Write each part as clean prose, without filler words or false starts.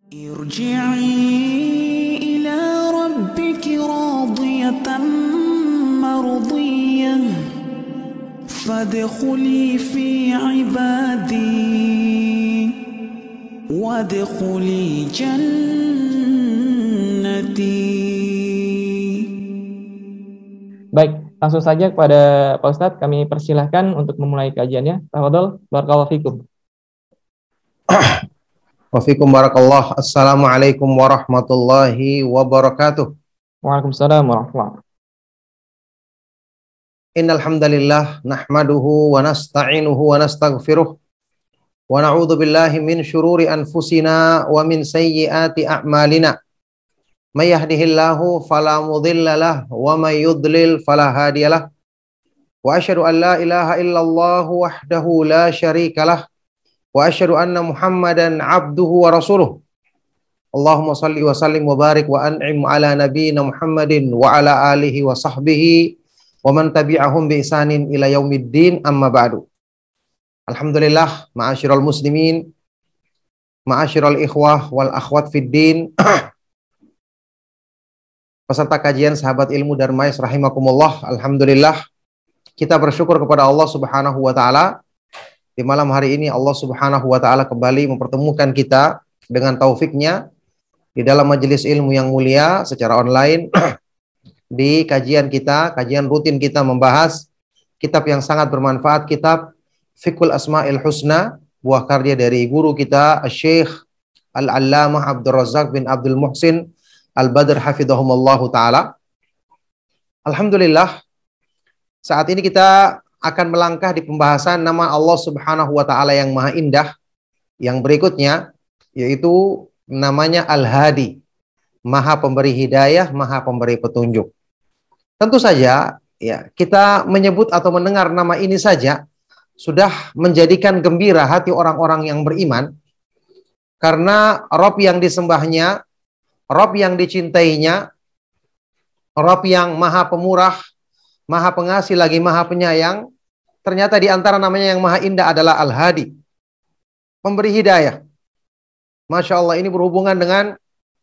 ارجعي إلى ربك راضية مرضية فادخلي في عبادي وادخلي جنتي. Baik, langsung saja kepada Pak Ustadz, kami persilahkan untuk memulai kajiannya. Tafadhol, barakallahu fikum. Wafikum barakallah. Assalamualaikum warahmatullahi wabarakatuh. Waalaikumsalam warahmatullahi wabarakatuh. Innal hamdalillah nahmaduhu wa nasta'inuhu wa nastaghfiruh wa na'udzu billahi min syururi anfusina wa min sayyiati a'malina. May yahdihillahu fala mudhillalah wa may yudlil fala hadiyalah. Wa asyhadu an la ilaha illallah wahdahu la syarikalah wa asyhadu anna Muhammadan abduhu wa rasuluh. Allahumma salli wa sallim wa barik wa an'im ala nabiyyina Muhammadin wa ala alihi wa sahbihi wa man tabi'ahum bi ihsanin ila yaumiddin, amma ba'du. Alhamdulillah, ma'asyiral muslimin, ma'asyiral ikhwah wal akhwat fid din, peserta kajian sahabat ilmu Darmais rahimakumullah. Alhamdulillah, kita bersyukur kepada Allah Subhanahu wa taala. Di malam hari ini Allah Subhanahu wa taala kembali mempertemukan kita dengan taufiknya di dalam majelis ilmu yang mulia secara online di kajian rutin kita membahas kitab yang sangat bermanfaat, kitab Fiqhul Asma'il Husna, buah karya dari guru kita Syekh Al-Allamah Abdul Razak bin Abdul Muhsin Al-Badr hafidhahumullahu taala. Alhamdulillah, saat ini kita akan melangkah di pembahasan nama Allah Subhanahu wa taala yang Maha Indah yang berikutnya, yaitu namanya Al-Hadi, Maha Pemberi Hidayah, Maha Pemberi Petunjuk. Tentu saja, ya, kita menyebut atau mendengar nama ini saja sudah menjadikan gembira hati orang-orang yang beriman, karena Rabb yang disembahnya, Rabb yang dicintainya, Rabb yang Maha Pemurah, Maha Pengasih lagi Maha Penyayang, ternyata di antara namanya yang Maha Indah adalah Al-Hadi, Pemberi Hidayah. Masya Allah, ini berhubungan dengan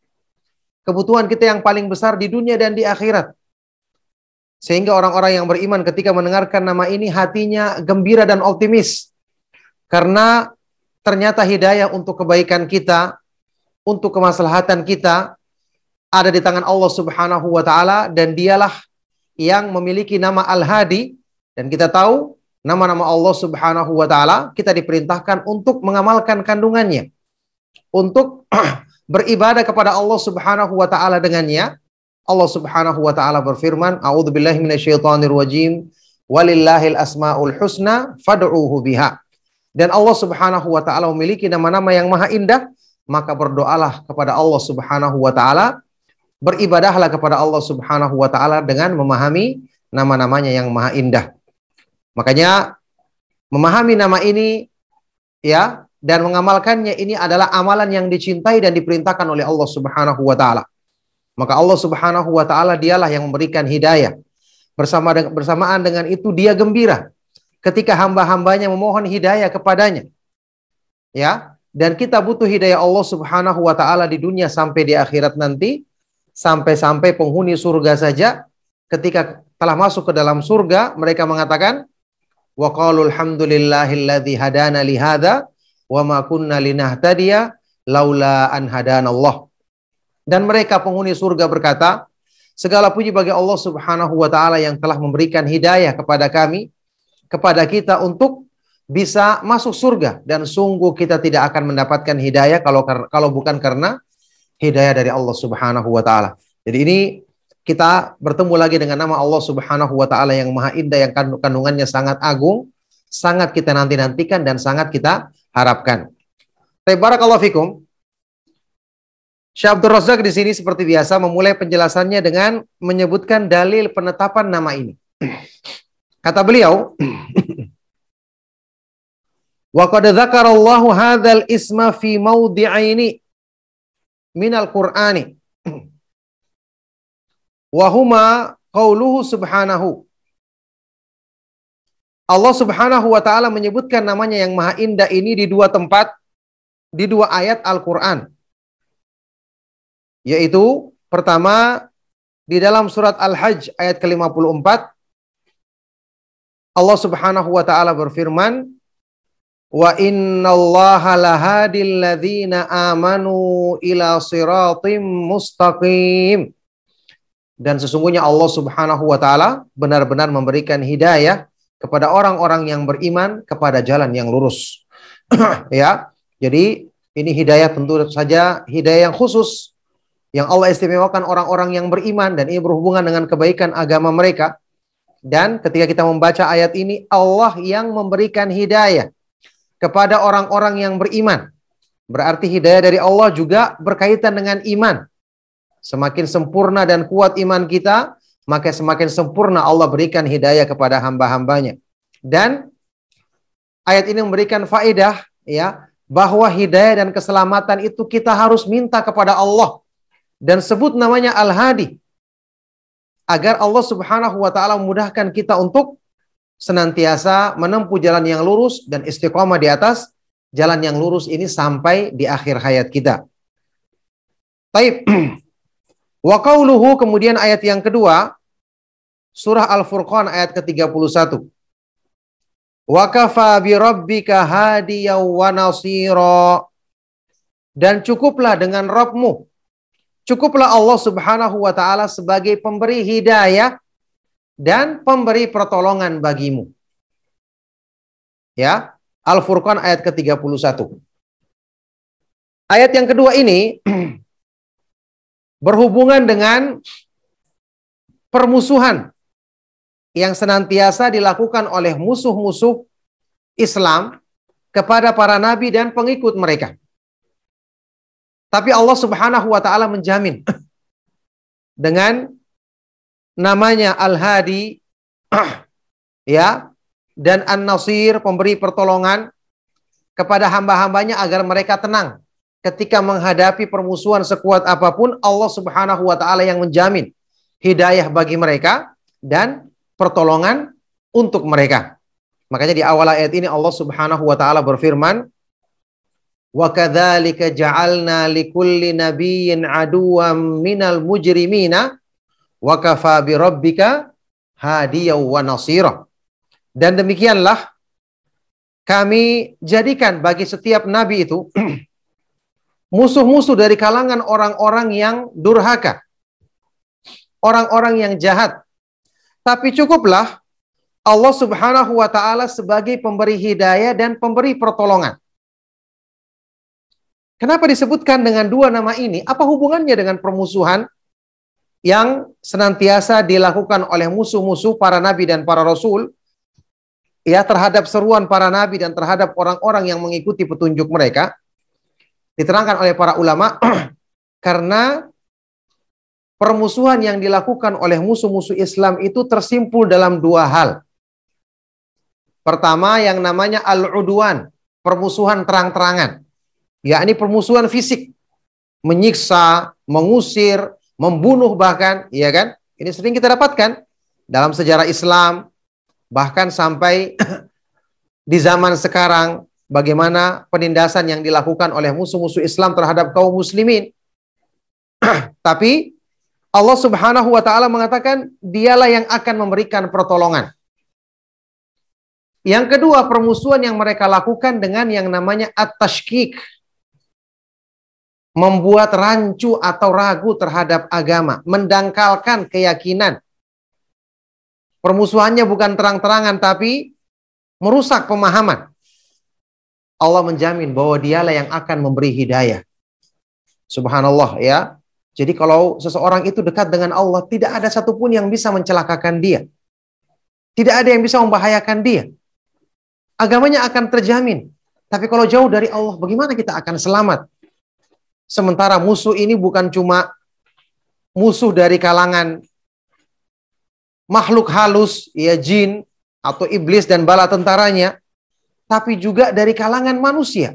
kebutuhan kita yang paling besar di dunia dan di akhirat. Sehingga orang-orang yang beriman ketika mendengarkan nama ini hatinya gembira dan optimis. Karena ternyata hidayah untuk kebaikan kita, untuk kemaslahatan kita ada di tangan Allah Subhanahu wa taala, dan dialah yang memiliki nama Al-Hadi. Dan kita tahu nama-nama Allah Subhanahu wa taala kita diperintahkan untuk mengamalkan kandungannya, untuk beribadah kepada Allah Subhanahu wa taala dengannya. Allah Subhanahu wa taala berfirman, a'udzubillahi minasyaitonir rajim, walillahil asmaul husna fad'uuhu biha. Dan Allah Subhanahu wa taala memiliki nama-nama yang maha indah, maka berdoalah kepada Allah Subhanahu wa taala, beribadahlah kepada Allah Subhanahu wa taala dengan memahami nama-namanya yang maha indah. Makanya memahami nama ini, ya, dan mengamalkannya ini adalah amalan yang dicintai dan diperintahkan oleh Allah Subhanahu wa taala. Maka Allah Subhanahu wa taala dialah yang memberikan hidayah. Bersamaan dengan itu dia gembira ketika hamba-hambanya memohon hidayah kepadanya. Ya, dan kita butuh hidayah Allah Subhanahu wa taala di dunia sampai di akhirat nanti. Sampai-sampai penghuni surga saja ketika telah masuk ke dalam surga, mereka mengatakan, wa qalu alhamdulillahilladzi hadana li hadza wa ma kunna linahtadiya laula an hadanallah. Dan mereka penghuni surga berkata, segala puji bagi Allah Subhanahu wa taala yang telah memberikan hidayah kepada kami, kepada kita untuk bisa masuk surga, dan sungguh kita tidak akan mendapatkan hidayah kalau bukan karena hidayah dari Allah Subhanahu wa taala. Jadi ini kita bertemu lagi dengan nama Allah Subhanahu wa taala yang maha indah, yang kandungannya sangat agung, sangat kita nanti-nantikan dan sangat kita harapkan. Barakallahu fikum. Syekh Abdul Razak di sini seperti biasa memulai penjelasannya dengan menyebutkan dalil penetapan nama ini. Kata beliau, wa qad dzakarallahu hadzal isma fi mawdi'aini minal Qur'ani wa huma qauluhu subhanahu. Allah Subhanahu wa taala menyebutkan namanya yang maha indah ini di dua tempat, di dua ayat Al-Qur'an. Yaitu pertama di dalam surat Al-Hajj ayat ke-54 Allah Subhanahu wa taala berfirman, "Wa innallaha lahadil ladzina amanu ila siratim mustaqim." Dan sesungguhnya Allah Subhanahu wa taala benar-benar memberikan hidayah kepada orang-orang yang beriman kepada jalan yang lurus. Ya. Jadi ini hidayah tentu saja hidayah yang khusus yang Allah istimewakan orang-orang yang beriman, dan ini berhubungan dengan kebaikan agama mereka. Dan ketika kita membaca ayat ini, Allah yang memberikan hidayah kepada orang-orang yang beriman. Berarti hidayah dari Allah juga berkaitan dengan iman. Semakin sempurna dan kuat iman kita, maka semakin sempurna Allah berikan hidayah kepada hamba-hambanya. Dan ayat ini memberikan faedah, ya, bahwa hidayah dan keselamatan itu kita harus minta kepada Allah. Dan sebut namanya Al-Hadi, agar Allah Subhanahu wa taala memudahkan kita untuk senantiasa menempuh jalan yang lurus dan istiqomah di atas jalan yang lurus ini sampai di akhir hayat kita. Taib. Wa qauluhu, kemudian ayat yang kedua, surah Al-Furqan ayat ke-31. Wa kafa bi rabbika hadiyan wa nasira. Dan cukuplah dengan Rabbmu, cukuplah Allah Subhanahu wa taala sebagai pemberi hidayah dan pemberi pertolongan bagimu. Ya, Al-Furqan ayat ke-31. Ayat yang kedua ini berhubungan dengan permusuhan yang senantiasa dilakukan oleh musuh-musuh Islam kepada para nabi dan pengikut mereka. Tapi Allah Subhanahu wa taala menjamin dengan namanya Al-Hadi, ya, dan An-Nasir, pemberi pertolongan kepada hamba-hambanya agar mereka tenang ketika menghadapi permusuhan sekuat apapun. Allah Subhanahu wa taala yang menjamin hidayah bagi mereka dan pertolongan untuk mereka. Makanya di awal ayat ini Allah Subhanahu wa taala berfirman, "Wa kadzalika ja'alna likulli nabiyyin aduwwan minal mujrimina wa kafa bi rabbika hadiyan wa nasira." Dan demikianlah kami jadikan bagi setiap nabi itu musuh-musuh dari kalangan orang-orang yang durhaka, orang-orang yang jahat. Tapi cukuplah Allah Subhanahu wa taala sebagai pemberi hidayah dan pemberi pertolongan. Kenapa disebutkan dengan dua nama ini? Apa hubungannya dengan permusuhan yang senantiasa dilakukan oleh musuh-musuh para nabi dan para rasul, ya, terhadap seruan para nabi dan terhadap orang-orang yang mengikuti petunjuk mereka? Diterangkan oleh para ulama karena permusuhan yang dilakukan oleh musuh-musuh Islam itu tersimpul dalam dua hal. Pertama, yang namanya al-udwan, permusuhan terang-terangan, yakni permusuhan fisik, menyiksa, mengusir, membunuh bahkan, ya kan? Ini sering kita dapatkan dalam sejarah Islam, bahkan sampai di zaman sekarang, bagaimana penindasan yang dilakukan oleh musuh-musuh Islam terhadap kaum muslimin. Tapi Allah Subhanahu wa taala mengatakan dialah yang akan memberikan pertolongan. Yang kedua, permusuhan yang mereka lakukan dengan yang namanya at-tashkik, membuat rancu atau ragu terhadap agama, mendangkalkan keyakinan. Permusuhannya bukan terang-terangan tapi merusak pemahaman. Allah menjamin bahwa dialah yang akan memberi hidayah. Subhanallah, ya. Jadi kalau seseorang itu dekat dengan Allah, tidak ada satupun yang bisa mencelakakan dia. Tidak ada yang bisa membahayakan dia. Agamanya akan terjamin. Tapi kalau jauh dari Allah, bagaimana kita akan selamat? Sementara musuh ini bukan cuma musuh dari kalangan makhluk halus, ya, jin atau iblis dan bala tentaranya, tapi juga dari kalangan manusia.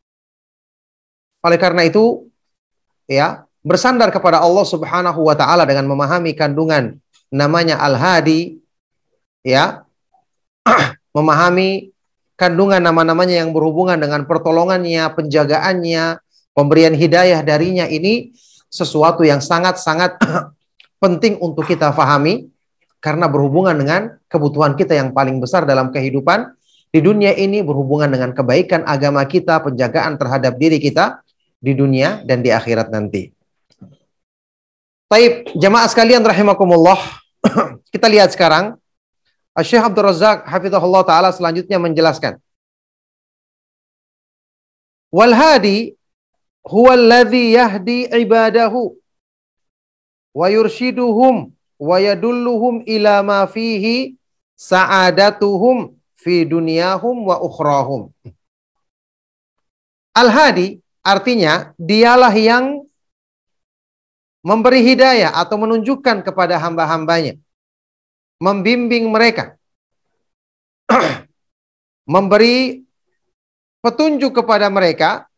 Oleh karena itu, ya, bersandar kepada Allah Subhanahu wa taala dengan memahami kandungan namanya Al-Hadi, ya, memahami kandungan nama-namanya yang berhubungan dengan pertolongannya, penjagaannya, pemberian hidayah darinya, ini sesuatu yang sangat-sangat penting untuk kita fahami, karena berhubungan dengan kebutuhan kita yang paling besar dalam kehidupan di dunia ini, berhubungan dengan kebaikan agama kita, penjagaan terhadap diri kita di dunia dan di akhirat nanti. Baik, jamaah sekalian rahimakumullah. Kita lihat sekarang Syekh Abdul Razak hafizahullah taala selanjutnya menjelaskan. Wal hadi huwa alladhi yahdi ibadahu wa yurshiduhum wa yadulluhum ila ma fihi sa'adatuhum fi dunyahum wa ukhrahum. Al-hadi artinya dialah yang memberi hidayah atau menunjukkan kepada hamba-hambanya, membimbing mereka, memberi petunjuk kepada mereka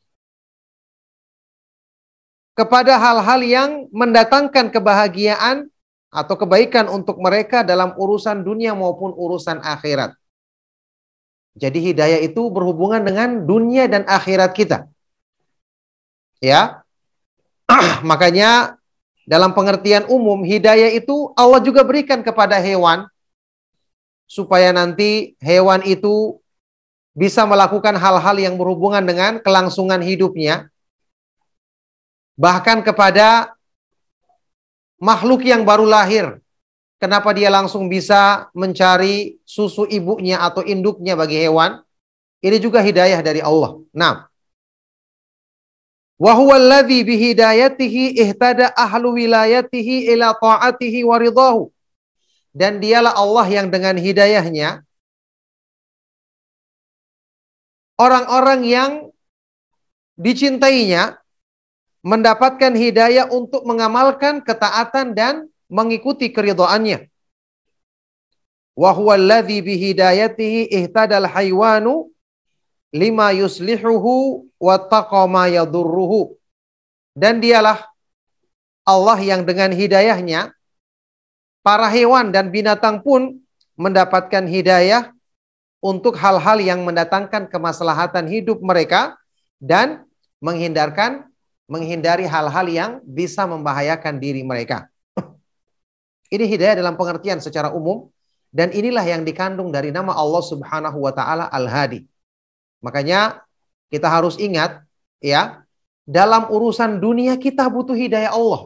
kepada hal-hal yang mendatangkan kebahagiaan atau kebaikan untuk mereka dalam urusan dunia maupun urusan akhirat. Jadi hidayah itu berhubungan dengan dunia dan akhirat kita. Ya. Makanya dalam pengertian umum hidayah itu Allah juga berikan kepada hewan supaya nanti hewan itu bisa melakukan hal-hal yang berhubungan dengan kelangsungan hidupnya. Bahkan kepada makhluk yang baru lahir. Kenapa dia langsung bisa mencari susu ibunya atau induknya bagi hewan? Ini juga hidayah dari Allah. Nah. Wa huwa alladhi bihidayatihi ihtada ahlu wilayatihi ila ta'atihi wa ridahu. Dan dialah Allah yang dengan hidayahnya orang-orang yang dicintainya mendapatkan hidayah untuk mengamalkan ketaatan dan mengikuti keridhaannya. Wa huwa alladhi bihidayatihi ihtadal haywanu lima yuslihuhu wa taqama yadurruhu. Dan dialah Allah yang dengan hidayahnya para hewan dan binatang pun mendapatkan hidayah untuk hal-hal yang mendatangkan kemaslahatan hidup mereka dan menghindari hal-hal yang bisa membahayakan diri mereka. Ini hidayah dalam pengertian secara umum, dan inilah yang dikandung dari nama Allah Subhanahu wa taala Al-Hadi. Makanya kita harus ingat ya, dalam urusan dunia kita butuh hidayah Allah.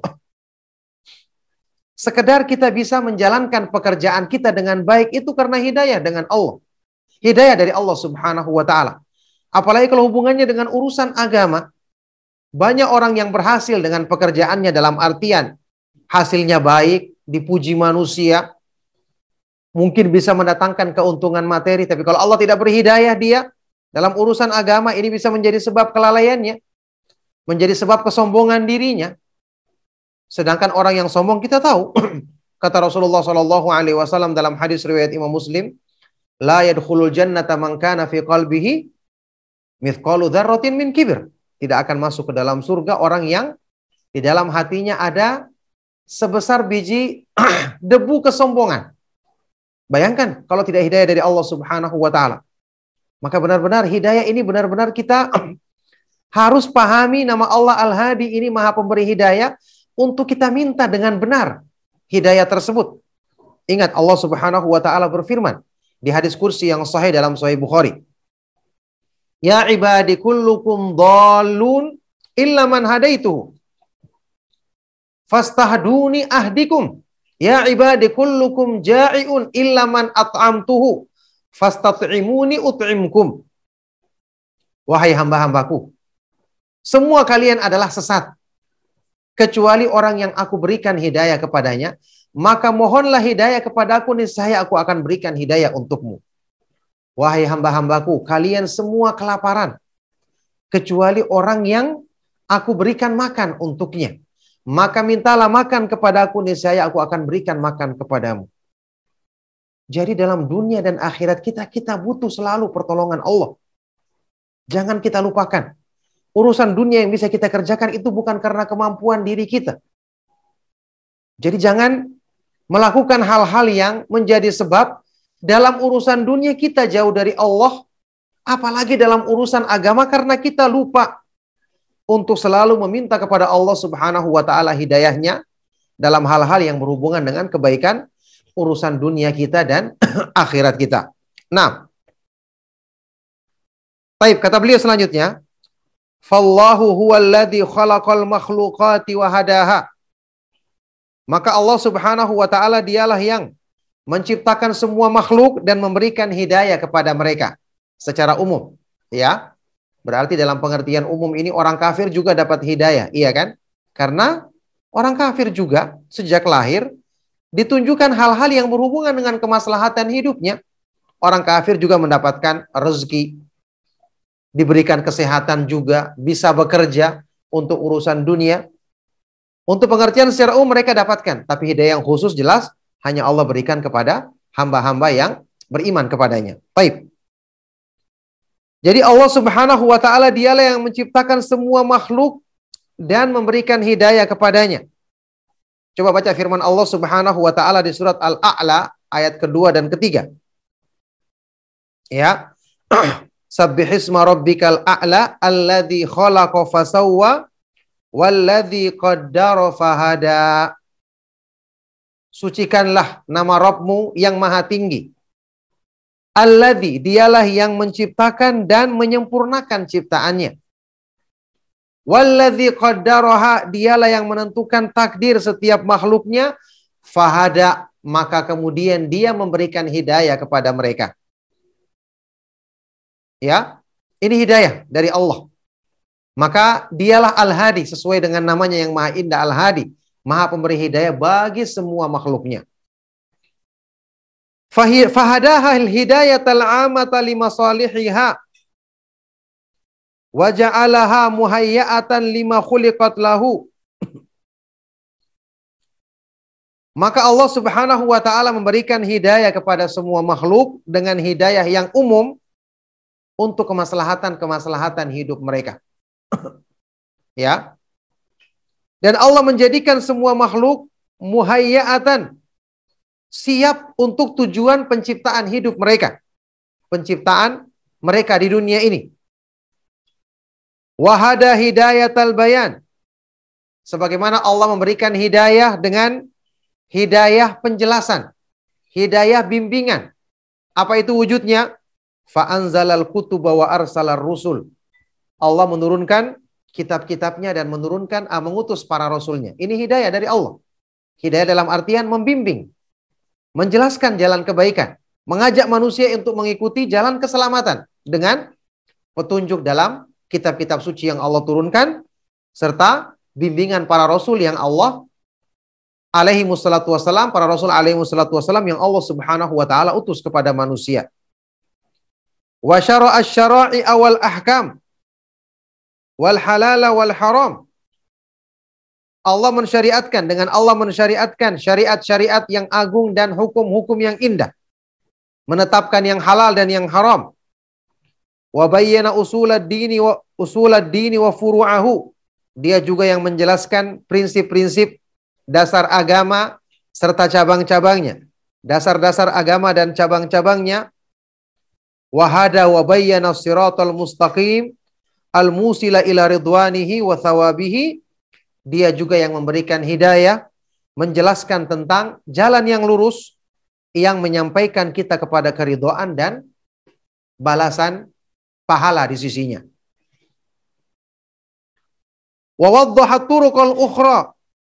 Sekedar kita bisa menjalankan pekerjaan kita dengan baik itu karena hidayah dengan Allah. Hidayah dari Allah Subhanahu wa taala. Apalagi kalau hubungannya dengan urusan agama. Banyak orang yang berhasil dengan pekerjaannya dalam artian hasilnya baik, dipuji manusia, mungkin bisa mendatangkan keuntungan materi, tapi kalau Allah tidak beri hidayah dia dalam urusan agama, ini bisa menjadi sebab kelalaiannya, menjadi sebab kesombongan dirinya. Sedangkan orang yang sombong kita tahu, kata Rasulullah SAW dalam hadis riwayat Imam Muslim, la yadkhulul jannata man kana fi qalbihi mithqalu dzarratin min kibr. Tidak akan masuk ke dalam surga orang yang di dalam hatinya ada sebesar biji debu kesombongan. Bayangkan kalau tidak hidayah dari Allah Subhanahu wa taala. Maka benar-benar hidayah ini benar-benar kita harus pahami nama Allah Al-Hadi ini Maha Pemberi hidayah untuk kita minta dengan benar hidayah tersebut. Ingat Allah Subhanahu wa taala berfirman di hadis kursi yang sahih dalam Sahih Bukhari. Ya ibadi kullukum dhallun illa man hadaituhu fastahduni ahdikum. Ya ibadi kullukum ja'iun illa man at'amtuhu fastat'imuni ut'imkum. Wahai hamba-hambaku, semua kalian adalah sesat kecuali orang yang aku berikan hidayah kepadanya, maka mohonlah hidayah kepadaku, niscaya aku akan berikan hidayah untukmu. Wahai hamba-hambaku, kalian semua kelaparan kecuali orang yang aku berikan makan untuknya, maka mintalah makan kepadaku, niscaya aku akan berikan makan kepadamu. Jadi dalam dunia dan akhirat kita butuh selalu pertolongan Allah. Jangan kita lupakan. Urusan dunia yang bisa kita kerjakan itu bukan karena kemampuan diri kita. Jadi jangan melakukan hal-hal yang menjadi sebab dalam urusan dunia kita jauh dari Allah, apalagi dalam urusan agama karena kita lupa untuk selalu meminta kepada Allah Subhanahu wa taala hidayahnya dalam hal-hal yang berhubungan dengan kebaikan urusan dunia kita dan akhirat kita. Nah, baik, kata beliau selanjutnya, fallahu huwallazi khalaqal makhluqati wa hadaha. Maka Allah Subhanahu wa taala dialah yang menciptakan semua makhluk dan memberikan hidayah kepada mereka secara umum, ya. Berarti dalam pengertian umum ini orang kafir juga dapat hidayah, iya kan? Karena orang kafir juga sejak lahir ditunjukkan hal-hal yang berhubungan dengan kemaslahatan hidupnya. Orang kafir juga mendapatkan rezeki, diberikan kesehatan juga, bisa bekerja untuk urusan dunia. Untuk pengertian secara umum mereka dapatkan, tapi hidayah yang khusus jelas hanya Allah berikan kepada hamba-hamba yang beriman kepadanya. Baik. Jadi Allah Subhanahu wa taala dialah yang menciptakan semua makhluk dan memberikan hidayah kepadanya. Coba baca firman Allah Subhanahu wa taala di surat Al-A'la ayat kedua dan ketiga. Ya. Sabbihisma rabbikal a'la alladzi khalaqa fasawwa walladzi qaddara fahada. Sucikanlah nama Rabbmu yang maha tinggi. Alladzi, dialah yang menciptakan dan menyempurnakan ciptaannya. Walladzi qaddaraha, dialah yang menentukan takdir setiap makhluknya. Fahada, maka kemudian dia memberikan hidayah kepada mereka. Ya, ini hidayah dari Allah. Maka dialah Al-Hadi, sesuai dengan namanya yang maha indah, Al-Hadi, maha pemberi hidayah bagi semua makhluknya. Fahadaha al-hidayatal 'amata limasalihiha wa ja'alaha muhayya'atan lima khuliqat lahu. Maka Allah Subhanahu wa taala memberikan hidayah kepada semua makhluk dengan hidayah yang umum untuk kemaslahatan hidup mereka. Ya. Dan Allah menjadikan semua makhluk muhayya'atan, siap untuk tujuan penciptaan hidup mereka. Penciptaan mereka di dunia ini. Wahada hidayatal bayan. Sebagaimana Allah memberikan hidayah dengan hidayah penjelasan. Hidayah bimbingan. Apa itu wujudnya? Fa'anzalal kutuba wa arsalar rusul. Allah menurunkan kitab-kitabnya dan mengutus para rasulnya. Ini hidayah dari Allah. Hidayah dalam artian membimbing, menjelaskan jalan kebaikan, mengajak manusia untuk mengikuti jalan keselamatan dengan petunjuk dalam kitab-kitab suci yang Allah turunkan, serta bimbingan para rasul yang Allah alaihi wassalatu wassalam, para rasul alaihi wassalatu wassalam yang Allah Subhanahu wa taala utus kepada manusia. Wa syara'a asy-syara'i wal ahkam wal halala wal haram. Allah mensyariatkan, dengan Allah mensyariatkan syariat-syariat yang agung dan hukum-hukum yang indah. Menetapkan yang halal dan yang haram. Wa bayyana usulad dini wa furu'ahu. Dia juga yang menjelaskan prinsip-prinsip dasar agama serta cabang-cabangnya. Dasar-dasar agama dan cabang-cabangnya. Wa hada wa bayyana siratal mustaqim al-musila ila ridwanihi wa thawabihi. Dia juga yang memberikan hidayah, menjelaskan tentang jalan yang lurus, yang menyampaikan kita kepada keridhaan dan balasan pahala di sisinya. Wa waddaha turuqal ukhra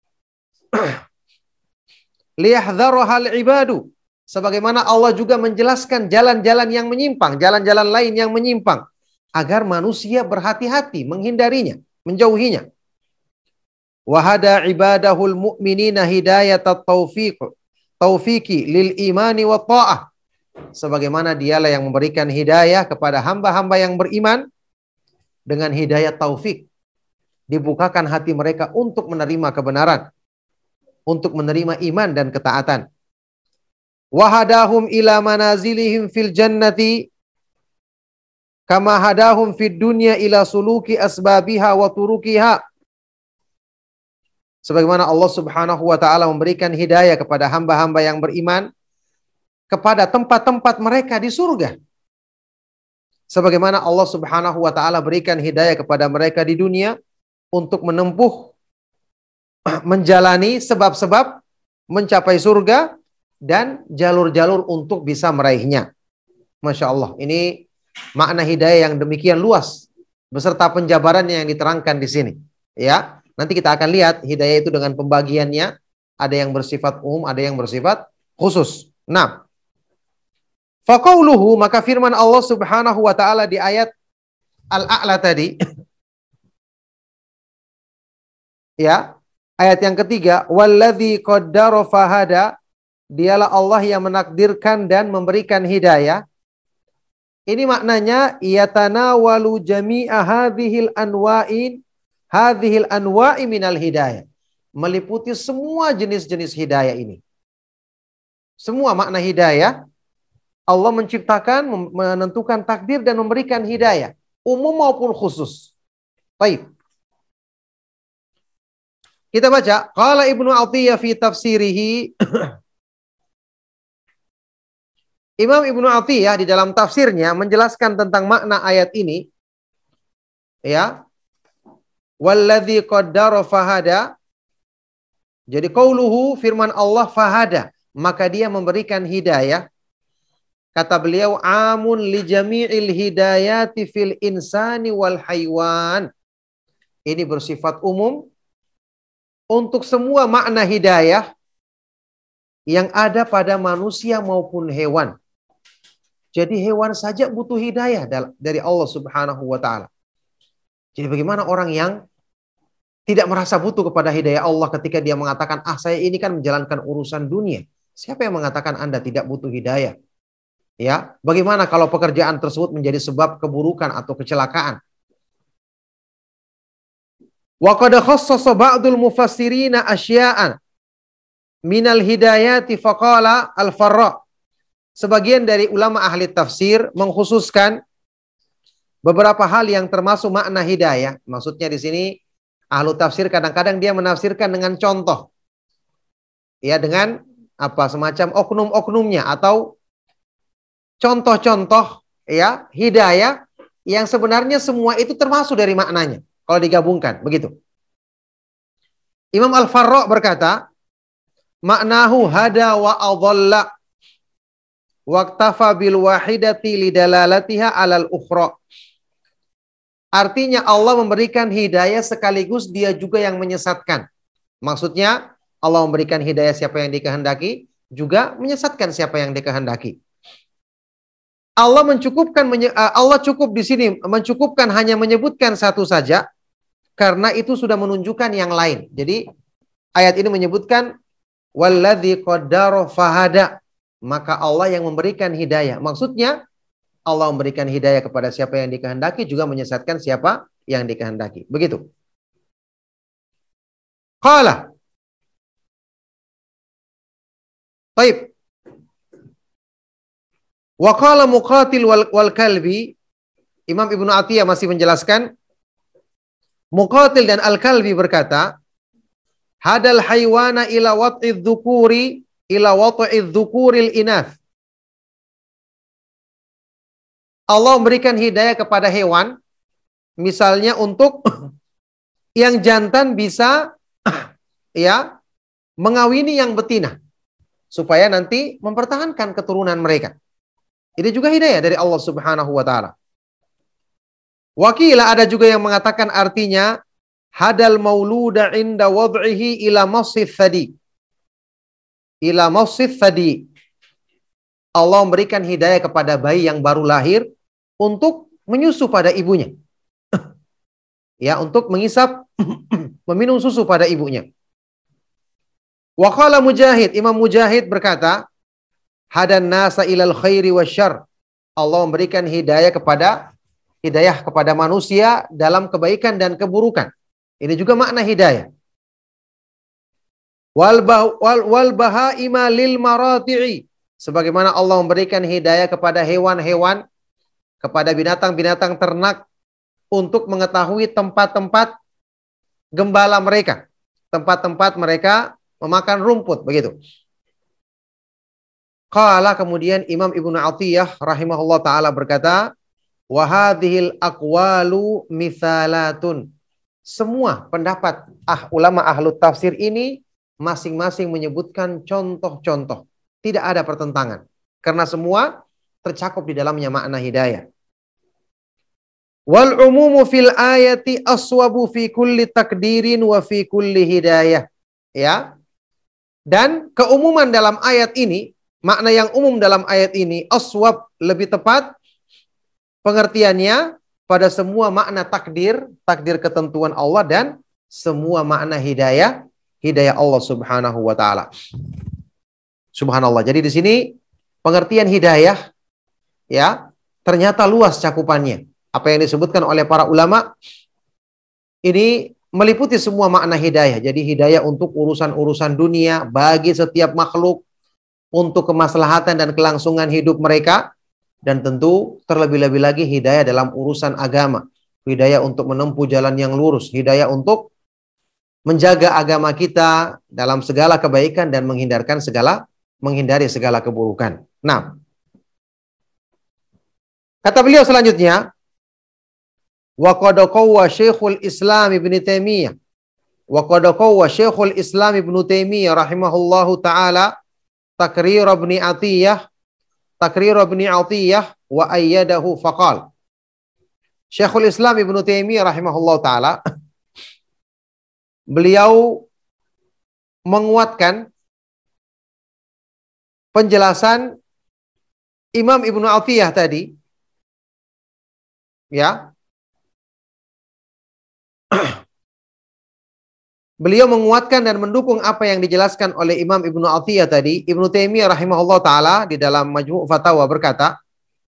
liyahdharaha al-ibadu. Sebagaimana Allah juga menjelaskan jalan-jalan yang menyimpang, jalan-jalan lain yang menyimpang, agar manusia berhati-hati menghindarinya, menjauhinya. Wahada ibadahul mu'minina hidayatat taufiqi lil imani wa ta'ah. Sebagaimana dialah yang memberikan hidayah kepada hamba-hamba yang beriman dengan hidayah taufik. Dibukakan hati mereka untuk menerima kebenaran, untuk menerima iman dan ketaatan. Wahadahum ila manazilihim fil jannati kama hadahum fid dunya ila suluki asbabiha wa turukiha. Sebagaimana Allah Subhanahu wa taala memberikan hidayah kepada hamba-hamba yang beriman kepada tempat-tempat mereka di surga. Sebagaimana Allah Subhanahu wa taala berikan hidayah kepada mereka di dunia untuk menempuh, menjalani sebab-sebab mencapai surga dan jalur-jalur untuk bisa meraihnya. Masya Allah, ini makna hidayah yang demikian luas beserta penjabarannya yang diterangkan di sini. Ya, nanti kita akan lihat hidayah itu dengan pembagiannya, ada yang bersifat umum, ada yang bersifat khusus. Nah, faqauluhu, maka firman Allah Subhanahu wa taala di ayat Al-A'la tadi, ya, ayat yang ketiga, walladzi qaddara fahada, dialah Allah yang menakdirkan dan memberikan hidayah. Ini maknanya yatanawalu jami'a hadhil anwa'i minal hidayah. Meliputi semua jenis-jenis hidayah ini. Semua makna hidayah, Allah menciptakan, menentukan takdir dan memberikan hidayah, umum maupun khusus. Baik. Kita baca, qala Ibnu Athiyah fi tafsirihi. Imam Ibnu Athiyah di dalam tafsirnya menjelaskan tentang makna ayat ini, ya. Walladzi qaddara fahada. Jadi qauluhu, firman Allah, fahada, maka dia memberikan hidayah. Kata beliau, amun li jami'il hidayati fil insani wal haywan. Ini bersifat umum untuk semua makna hidayah yang ada pada manusia maupun hewan. Jadi hewan saja butuh hidayah dari Allah Subhanahu wa taala. Jadi bagaimana orang yang tidak merasa butuh kepada hidayah Allah ketika dia mengatakan, saya ini kan menjalankan urusan dunia. Siapa yang mengatakan Anda tidak butuh hidayah? Ya, bagaimana kalau pekerjaan tersebut menjadi sebab keburukan atau kecelakaan? Wa qad khassasa ba'dul mufassirina asya'an minal hidayati faqala al-Farra. Sebagian dari ulama ahli tafsir mengkhususkan beberapa hal yang termasuk makna hidayah. Maksudnya di sini ahli tafsir kadang-kadang dia menafsirkan dengan contoh. Ya, dengan semacam oknum-oknumnya atau contoh-contoh, ya, hidayah yang sebenarnya semua itu termasuk dari maknanya kalau digabungkan, begitu. Imam Al-Farra berkata, maknahu hada wa adalla waqtafa bil wahidati lidalalatiha alal ukhra. Artinya Allah memberikan hidayah sekaligus dia juga yang menyesatkan. Maksudnya Allah memberikan hidayah siapa yang dikehendaki, juga menyesatkan siapa yang dikehendaki. Allah cukup di sini mencukupkan hanya menyebutkan satu saja karena itu sudah menunjukkan yang lain. Jadi ayat ini menyebutkan walladzi qaddara fahada, maka Allah yang memberikan hidayah. Maksudnya Allah memberikan hidayah kepada siapa yang dikehendaki, juga menyesatkan siapa yang dikehendaki. Begitu. Qala. Baik. Wa qala Muqatil wal Kalbi. Imam Ibnu Athiyah masih menjelaskan, Muqatil dan Al-Kalbi berkata, hadal haywana ila wat'idz dzukuri ila wat'idz dzukuril inath. Allah memberikan hidayah kepada hewan, misalnya untuk yang jantan bisa ya mengawini yang betina supaya nanti mempertahankan keturunan mereka. Ini juga hidayah dari Allah Subhanahu wa taala. Wakilah ada juga yang mengatakan artinya hadal mauluda inda wad'ihi ila masif thadi. Ila masif thadi. Allah memberikan hidayah kepada bayi yang baru lahir untuk menyusu pada ibunya. Ya, untuk mengisap meminum susu pada ibunya. Wa qala Mujahid, Imam Mujahid berkata, hadan nasa ilal khairi wasyarr. Allah memberikan hidayah kepada manusia dalam kebaikan dan keburukan. Ini juga makna hidayah. Wal bahaima lil marati'i. Sebagaimana Allah memberikan hidayah kepada hewan-hewan, kepada binatang-binatang ternak untuk mengetahui tempat-tempat gembala mereka, tempat-tempat mereka memakan rumput, begitu. Qala, kemudian Imam Ibnu Athiyah rahimahullah taala berkata, wa hadhil aqwalu mithalatun. semua pendapat ulama ahlu tafsir ini masing-masing menyebutkan contoh-contoh. Tidak ada pertentangan. Karena semua tercakup di dalamnya makna hidayah. Wal umumu fil ayati aswabu fi kulli takdirin wa fi kulli hidayah. Ya. Dan keumuman dalam ayat ini, makna yang umum dalam ayat ini, aswab lebih tepat pengertiannya pada semua makna takdir, takdir ketentuan Allah dan semua makna hidayah, hidayah Allah Subhanahu wa taala. Subhanallah. Jadi di sini pengertian hidayah ya, ternyata luas cakupannya. Apa yang disebutkan oleh para ulama ini meliputi semua makna hidayah. Jadi hidayah untuk urusan-urusan dunia bagi setiap makhluk, untuk kemaslahatan dan kelangsungan hidup mereka, dan tentu terlebih-lebih lagi hidayah dalam urusan agama. Hidayah untuk menempuh jalan yang lurus, hidayah untuk menjaga agama kita dalam segala kebaikan dan menghindari segala keburukan. Nah, kata beliau selanjutnya, wa qad qawwa Syekhul Islam Ibnu Taimiyah wa qad qawwa Syekhul Islam Ibnu Taimiyah rahimahullahu taala takrir Ibnu Atiyah wa ayyadahu faqal. Syekhul Islam Ibnu Taimiyah rahimahullahu taala beliau menguatkan penjelasan Imam Ibnu Atiyah tadi ya. Beliau menguatkan dan mendukung apa yang dijelaskan oleh Imam Ibnu Atiyah tadi. Ibnu Taimiyah rahimahullah ta'ala di dalam Majmu' Fatawa berkata,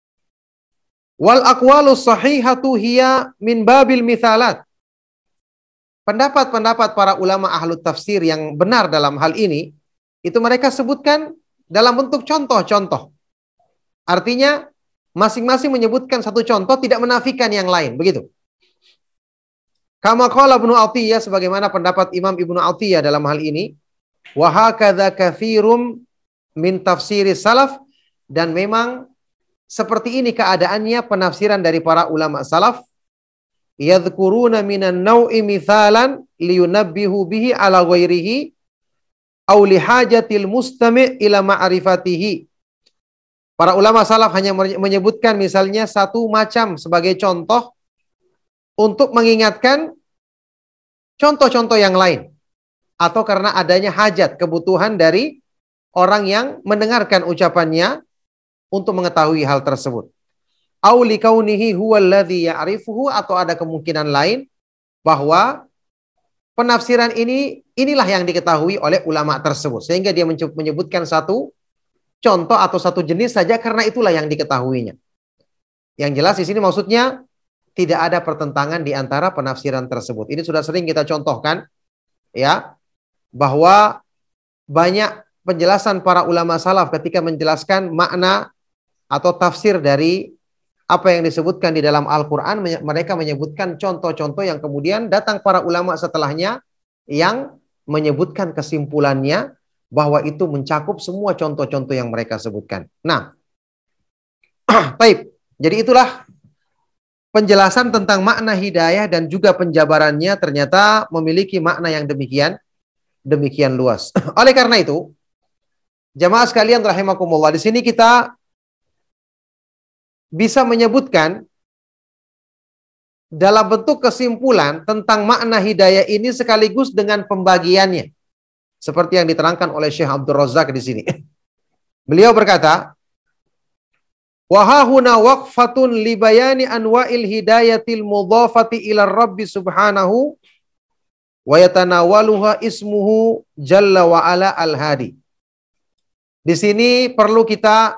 wal aqwalu sahihatu hiya min babil mithalat. Pendapat-pendapat para ulama ahlu tafsir yang benar dalam hal ini, itu mereka sebutkan dalam bentuk contoh-contoh. Artinya, masing-masing menyebutkan satu contoh, tidak menafikan yang lain. Begitu. Kama qala Ibnu Atiyah, sebagaimana pendapat Imam Ibnu Atiyah dalam hal ini, wa hakadza katsirum min tafsiri salaf, dan memang seperti ini keadaannya penafsiran dari para ulama salaf, yadhkuruna minan naw'i mithalan liyunabbihu bihi ala ghairihi aw li hajatil mustami' ila ma'rifatihi. Para ulama salaf hanya menyebutkan misalnya satu macam sebagai contoh untuk mengingatkan contoh-contoh yang lain, atau karena adanya hajat, kebutuhan dari orang yang mendengarkan ucapannya untuk mengetahui hal tersebut. Au likaunihi huwallazi ya'rifuhu, atau ada kemungkinan lain bahwa penafsiran inilah yang diketahui oleh ulama tersebut, sehingga dia menyebutkan satu contoh atau satu jenis saja karena itulah yang diketahuinya. Yang jelas di sini maksudnya tidak ada pertentangan di antara penafsiran tersebut. Ini sudah sering kita contohkan ya, bahwa banyak penjelasan para ulama salaf ketika menjelaskan makna atau tafsir dari apa yang disebutkan di dalam Al-Qur'an, mereka menyebutkan contoh-contoh yang kemudian datang para ulama setelahnya yang menyebutkan kesimpulannya bahwa itu mencakup semua contoh-contoh yang mereka sebutkan. Nah, baik. Jadi itulah penjelasan tentang makna hidayah dan juga penjabarannya ternyata memiliki makna yang demikian luas. Oleh karena itu, jamaah sekalian rahimakumullah, di sini kita bisa menyebutkan dalam bentuk kesimpulan tentang makna hidayah ini sekaligus dengan pembagiannya, seperti yang diterangkan oleh Syekh Abdul Razak di sini. Beliau berkata, wahahuna waqfatun li bayani anwa'il hidayatil mudhafati ila Rabbi subhanahu wa yatanawaluha ismuhu jalla wa ala al-hadi. Di sini perlu kita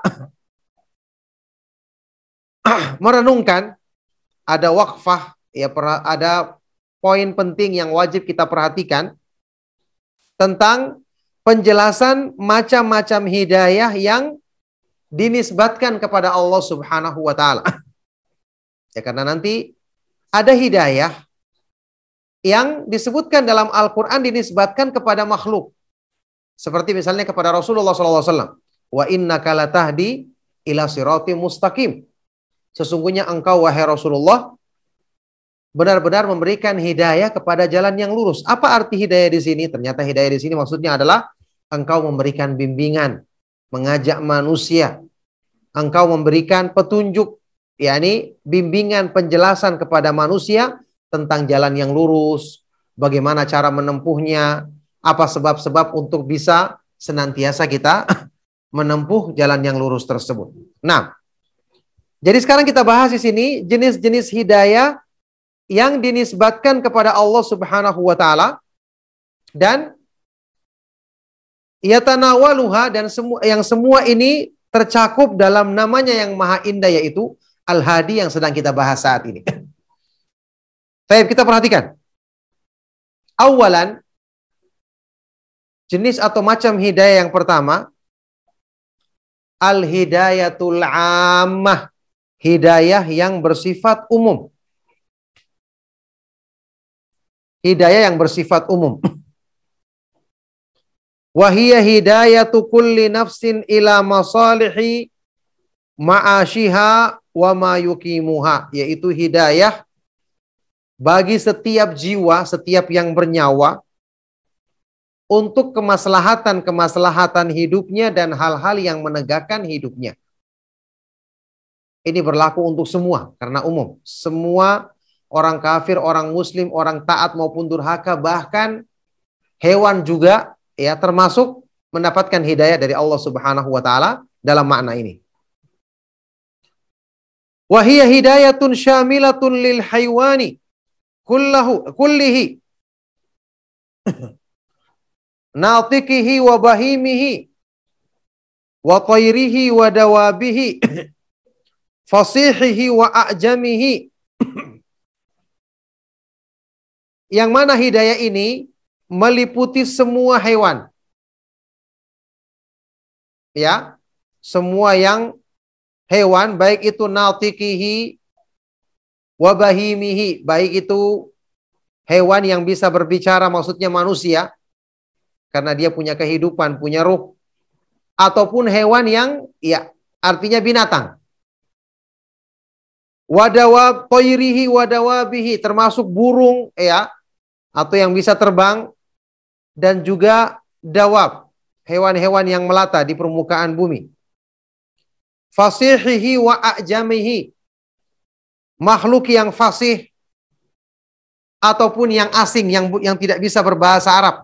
merenungkan, ada waqfah ya, ada poin penting yang wajib kita perhatikan tentang penjelasan macam-macam hidayah yang dinisbatkan kepada Allah Subhanahu wa taala. Ya, karena nanti ada hidayah yang disebutkan dalam Al-Qur'an dinisbatkan kepada makhluk. Seperti misalnya kepada Rasulullah SAW. Wa innaka latahdi ila siratim mustaqim. Sesungguhnya engkau wahai Rasulullah benar-benar memberikan hidayah kepada jalan yang lurus. Apa arti hidayah di sini? Ternyata hidayah di sini maksudnya adalah engkau memberikan bimbingan, mengajak manusia, engkau memberikan petunjuk, yakni bimbingan penjelasan kepada manusia tentang jalan yang lurus, bagaimana cara menempuhnya, apa sebab-sebab untuk bisa senantiasa kita menempuh jalan yang lurus tersebut. Nah, jadi sekarang kita bahas di sini jenis-jenis hidayah yang dinisbatkan kepada Allah Subhanahu wa taala dan yatanawaluha, dan semua ini tercakup dalam namanya yang maha indah, yaitu Al-Hadi yang sedang kita bahas saat ini. Baik, kita perhatikan. Awalan, jenis atau macam hidayah yang pertama, al-hidayatul ammah, hidayah yang bersifat umum. Hidayah yang bersifat umum. Wahiyya hidayatu kulli nafsin ila masalihi ma'asyiha wa ma yuqimuha, yaitu hidayah bagi setiap jiwa, setiap yang bernyawa, untuk kemaslahatan hidupnya dan hal-hal yang menegakkan hidupnya. Ini berlaku untuk semua, karena umum. Semua orang kafir, orang muslim, orang taat maupun durhaka, bahkan hewan juga ya termasuk mendapatkan hidayah dari Allah Subhanahu wa taala dalam makna ini. Wa hiya hidayatun syamilatun lil haywani kullihi natiqihi wa bahimihi wa tayrihi wa dawabihi fasihihi wa a'jamihi. Yang mana hidayah ini meliputi semua hewan. Ya, semua yang hewan, baik itu natiqihi wa bahimihi, baik itu hewan yang bisa berbicara, maksudnya manusia, karena dia punya kehidupan, punya ruh, ataupun hewan yang ya artinya binatang. Wadawab toirihi wadawabihi, termasuk burung ya, atau yang bisa terbang, dan juga dawab, hewan-hewan yang melata di permukaan bumi. Fasihihi wa a'jamihi, makhluk yang fasih ataupun yang asing, yang tidak bisa berbahasa Arab.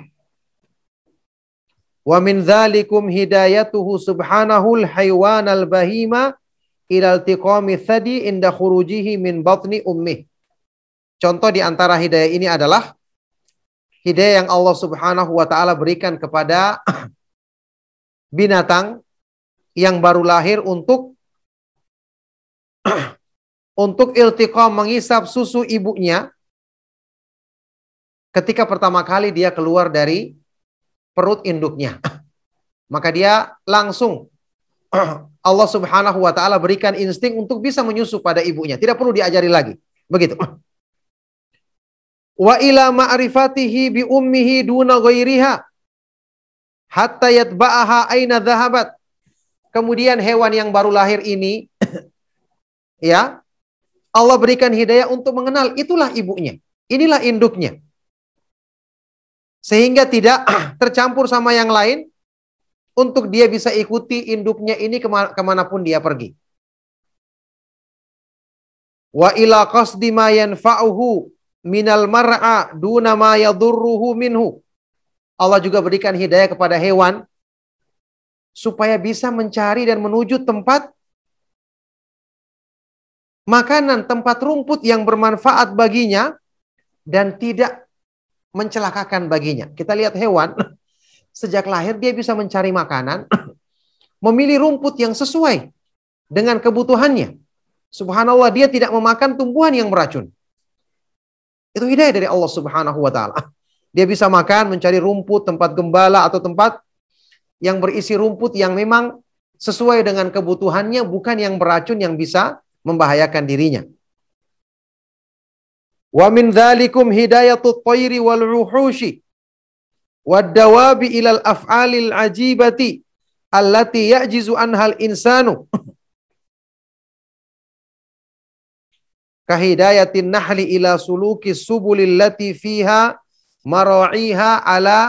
Wa min dzalikum hidayatuhu subhanahul haywanal bahima ila iltiqami thadi inda khurujihi min batni ummih. Contoh di antara hidayah ini adalah hidayah yang Allah Subhanahu wa taala berikan kepada binatang yang baru lahir untuk iltiqam, mengisap susu ibunya ketika pertama kali dia keluar dari perut induknya. Maka dia langsung Allah Subhanahu wa taala berikan insting untuk bisa menyusu pada ibunya, tidak perlu diajari lagi. Begitu. Wa ila ma'rifatihi bi ummihi duna ghairiha hatta yatba'aha aina dhahabat. Kemudian hewan yang baru lahir ini ya, Allah berikan hidayah untuk mengenal itulah ibunya, inilah induknya, sehingga tidak tercampur sama yang lain, untuk dia bisa ikuti induknya ini kemanapun dia pergi. Wa ila qasdi ma yanfa'uhu minal mar'a duna ma yadurruhu minhu. Allah juga berikan hidayah kepada hewan supaya bisa mencari dan menuju tempat makanan, tempat rumput yang bermanfaat baginya dan tidak mencelakakan baginya. Kita lihat hewan sejak lahir dia bisa mencari makanan, memilih rumput yang sesuai dengan kebutuhannya. Subhanallah, dia tidak memakan tumbuhan yang beracun. Itu hidayah dari Allah Subhanahu wa taala. Dia bisa makan, mencari rumput, tempat gembala atau tempat yang berisi rumput yang memang sesuai dengan kebutuhannya, bukan yang beracun yang bisa membahayakan dirinya. Wa min dzalikum hidayatut thairi wal ruhushi wad dawabi ilal af'alil ajibati allati ya'jizu anhal insanu. Kahidayatin nahli ila suluki subulil lati fiha mara'iha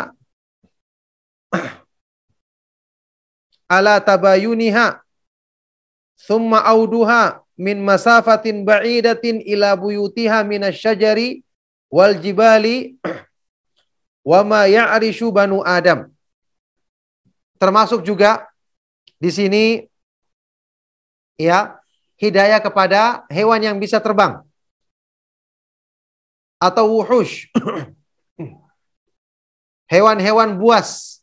ala tabayuniha thumma auduha min masafatin ba'idatin ila buyutiha minasyajari wal jibali wa ma ya'rishu banu Adam. Termasuk juga di sini ya, hidayah kepada hewan yang bisa terbang atau wuhush. Hewan-hewan buas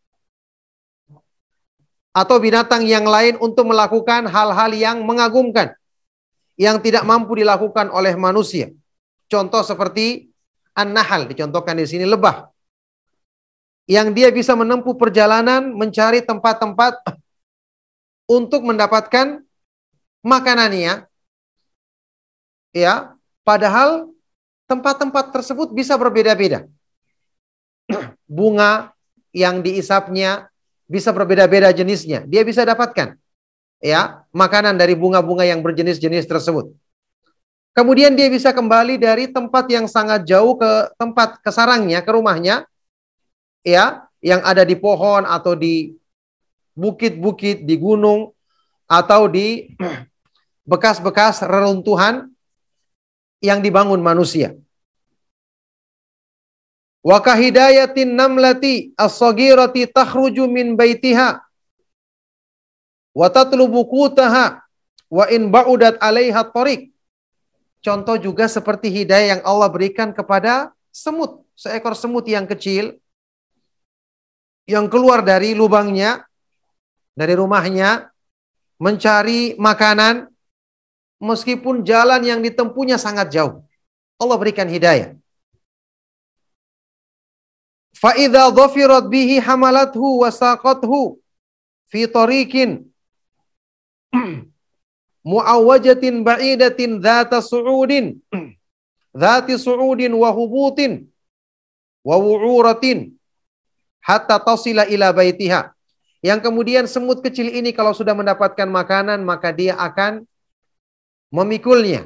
atau binatang yang lain untuk melakukan hal-hal yang mengagumkan yang tidak mampu dilakukan oleh manusia. Contoh seperti an-nahal, dicontohkan di sini lebah. Yang dia bisa menempuh perjalanan mencari tempat-tempat untuk mendapatkan makanannya. Ya, padahal tempat-tempat tersebut bisa berbeda-beda. Bunga yang diisapnya bisa berbeda-beda jenisnya. Dia bisa dapatkan ya, makanan dari bunga-bunga yang berjenis-jenis tersebut. Kemudian dia bisa kembali dari tempat yang sangat jauh ke tempat ke sarangnya, ke rumahnya, ya, yang ada di pohon atau di bukit-bukit, di gunung atau di bekas-bekas reruntuhan yang dibangun manusia. Wa kahidayatin namlati as-saghirati takhruju min baitiha wa tatlubu qutaha wa in ba'udat 'alaiha tariq. Contoh juga seperti hidayah yang Allah berikan kepada semut, seekor semut yang kecil yang keluar dari lubangnya, dari rumahnya mencari makanan meskipun jalan yang ditempuhnya sangat jauh. Allah berikan hidayah. Fa idza dhafirat bihi hamalathu wa saqathu fi tariqin mu'awwajatin ba'idatin dhati su'udin wa hubutin wa wu'uratin hatta tasila ila baitiha. Yang kemudian semut kecil ini kalau sudah mendapatkan makanan maka dia akan memikulnya,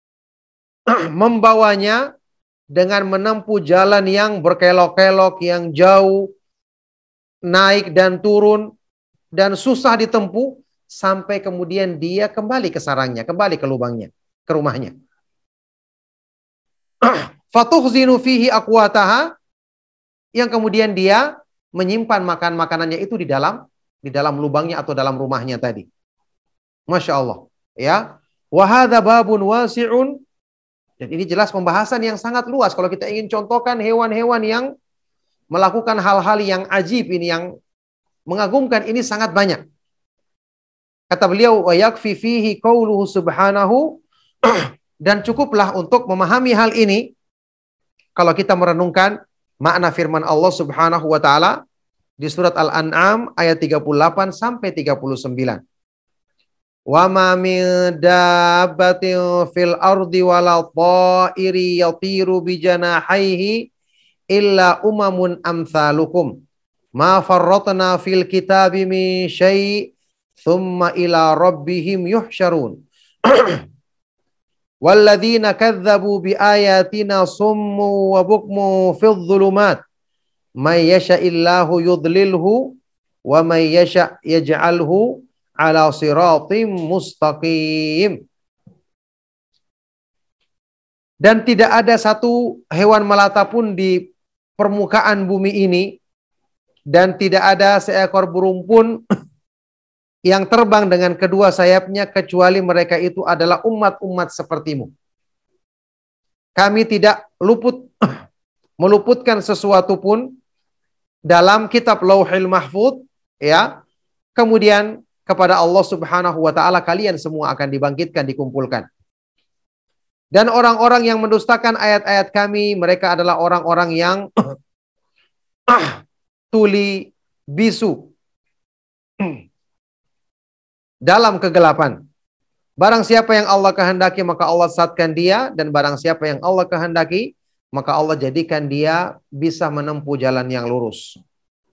membawanya dengan menempuh jalan yang berkelok-kelok, yang jauh, naik dan turun, dan susah ditempuh, sampai kemudian dia kembali ke sarangnya, kembali ke lubangnya, ke rumahnya. Fatuhzinu fihi aqwataha, yang kemudian dia menyimpan makanannya itu di dalam lubangnya atau dalam rumahnya tadi. Masya Allah. Ya. Wa hadza babun wasi'un. Dan ini jelas pembahasan yang sangat luas. Kalau kita ingin contohkan hewan-hewan yang melakukan hal-hal yang ajib ini, yang mengagumkan, ini sangat banyak. Kata beliau, wa yakfi fihi qauluhu subhanahu, dan cukuplah untuk memahami hal ini kalau kita merenungkan makna firman Allah Subhanahu wa taala di surat Al-An'am ayat 38 sampai 39. Wa ma min dabbatin fil ardi wala ta'iri yatiru bi janahihi illa umamun amsalukum ma farratna fil kitabi min syai' thumma ila rabbihim yuhsyarun. Walladzina kadzdzabu bi ayatina summu wa bukmu fil dhulumat may yasha'illahu yudlilhu wa may yasha' yaj'alhu ala siratim mustaqim. Dan tidak ada satu hewan melata pun di permukaan bumi ini, dan tidak ada seekor burung pun yang terbang dengan kedua sayapnya kecuali mereka itu adalah umat-umat sepertimu. Kami tidak meluputkan sesuatu pun dalam kitab Lauhil Mahfuz, ya. Kemudian kepada Allah Subhanahu wa taala kalian semua akan dibangkitkan, dikumpulkan. Dan orang-orang yang mendustakan ayat-ayat kami, mereka adalah orang-orang yang tuli bisu dalam kegelapan. Barang siapa yang Allah kehendaki maka Allah sesatkan dia, dan barang siapa yang Allah kehendaki maka Allah jadikan dia bisa menempuh jalan yang lurus.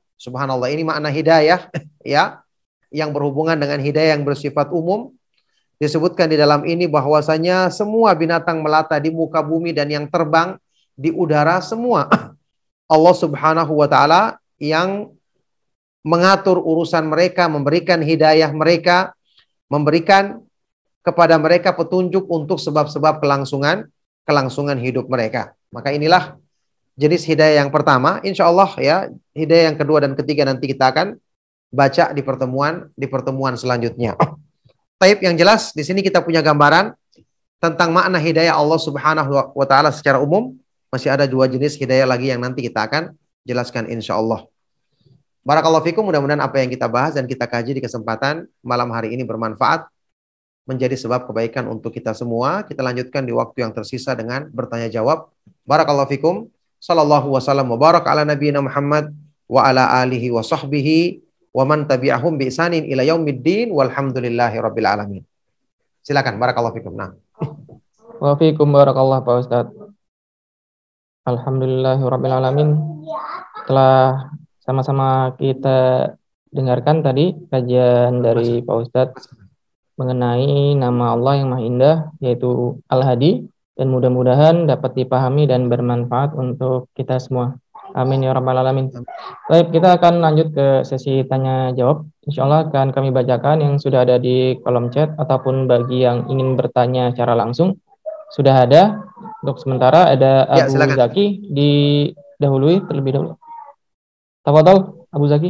Subhanallah, ini makna hidayah ya, yang berhubungan dengan hidayah yang bersifat umum, Disebutkan di dalam ini bahwasanya semua binatang melata di muka bumi dan yang terbang di udara semua Allah Subhanahu wa taala yang mengatur urusan mereka, memberikan hidayah mereka, memberikan kepada mereka petunjuk untuk sebab-sebab kelangsungan hidup mereka. Maka inilah jenis hidayah yang pertama. Insya Allah ya, hidayah yang kedua dan ketiga nanti kita akan baca di pertemuan selanjutnya. Taib, yang jelas di sini kita punya gambaran tentang makna hidayah Allah Subhanahu wa taala secara umum. Masih ada dua jenis hidayah lagi yang nanti kita akan jelaskan insya Allah. Barakallahu fikum, mudah-mudahan apa yang kita bahas dan kita kaji di kesempatan malam hari ini bermanfaat, menjadi sebab kebaikan untuk kita semua. Kita lanjutkan di waktu yang tersisa dengan bertanya jawab. Barakallahu fikum. Sallallahu wasallam wa barak ala nabiyina Muhammad wa ala alihi wa sahbihi wa man tabi'ahum bi ihsanin ila yaumiddin walhamdulillahi rabbil alamin. Silakan, barakallahu fikum. Nah. Wa fikum barakallah Pak Ustadz. Alhamdulillahi rabbil alamin. Telah sama-sama kita dengarkan tadi kajian dari Pak Ustadz mengenai nama Allah yang Maha Indah, yaitu Al-Hadi, dan mudah-mudahan dapat dipahami dan bermanfaat untuk kita semua. Amin ya rabbal alamin. Baik, kita akan lanjut ke sesi tanya jawab. Insya Allah akan kami bacakan yang sudah ada di kolom chat ataupun bagi yang ingin bertanya secara langsung. Sudah ada. Untuk sementara ada Ya, Abu silakan. Zaki didahului terlebih dahulu. Tafadhol Abu Zaki.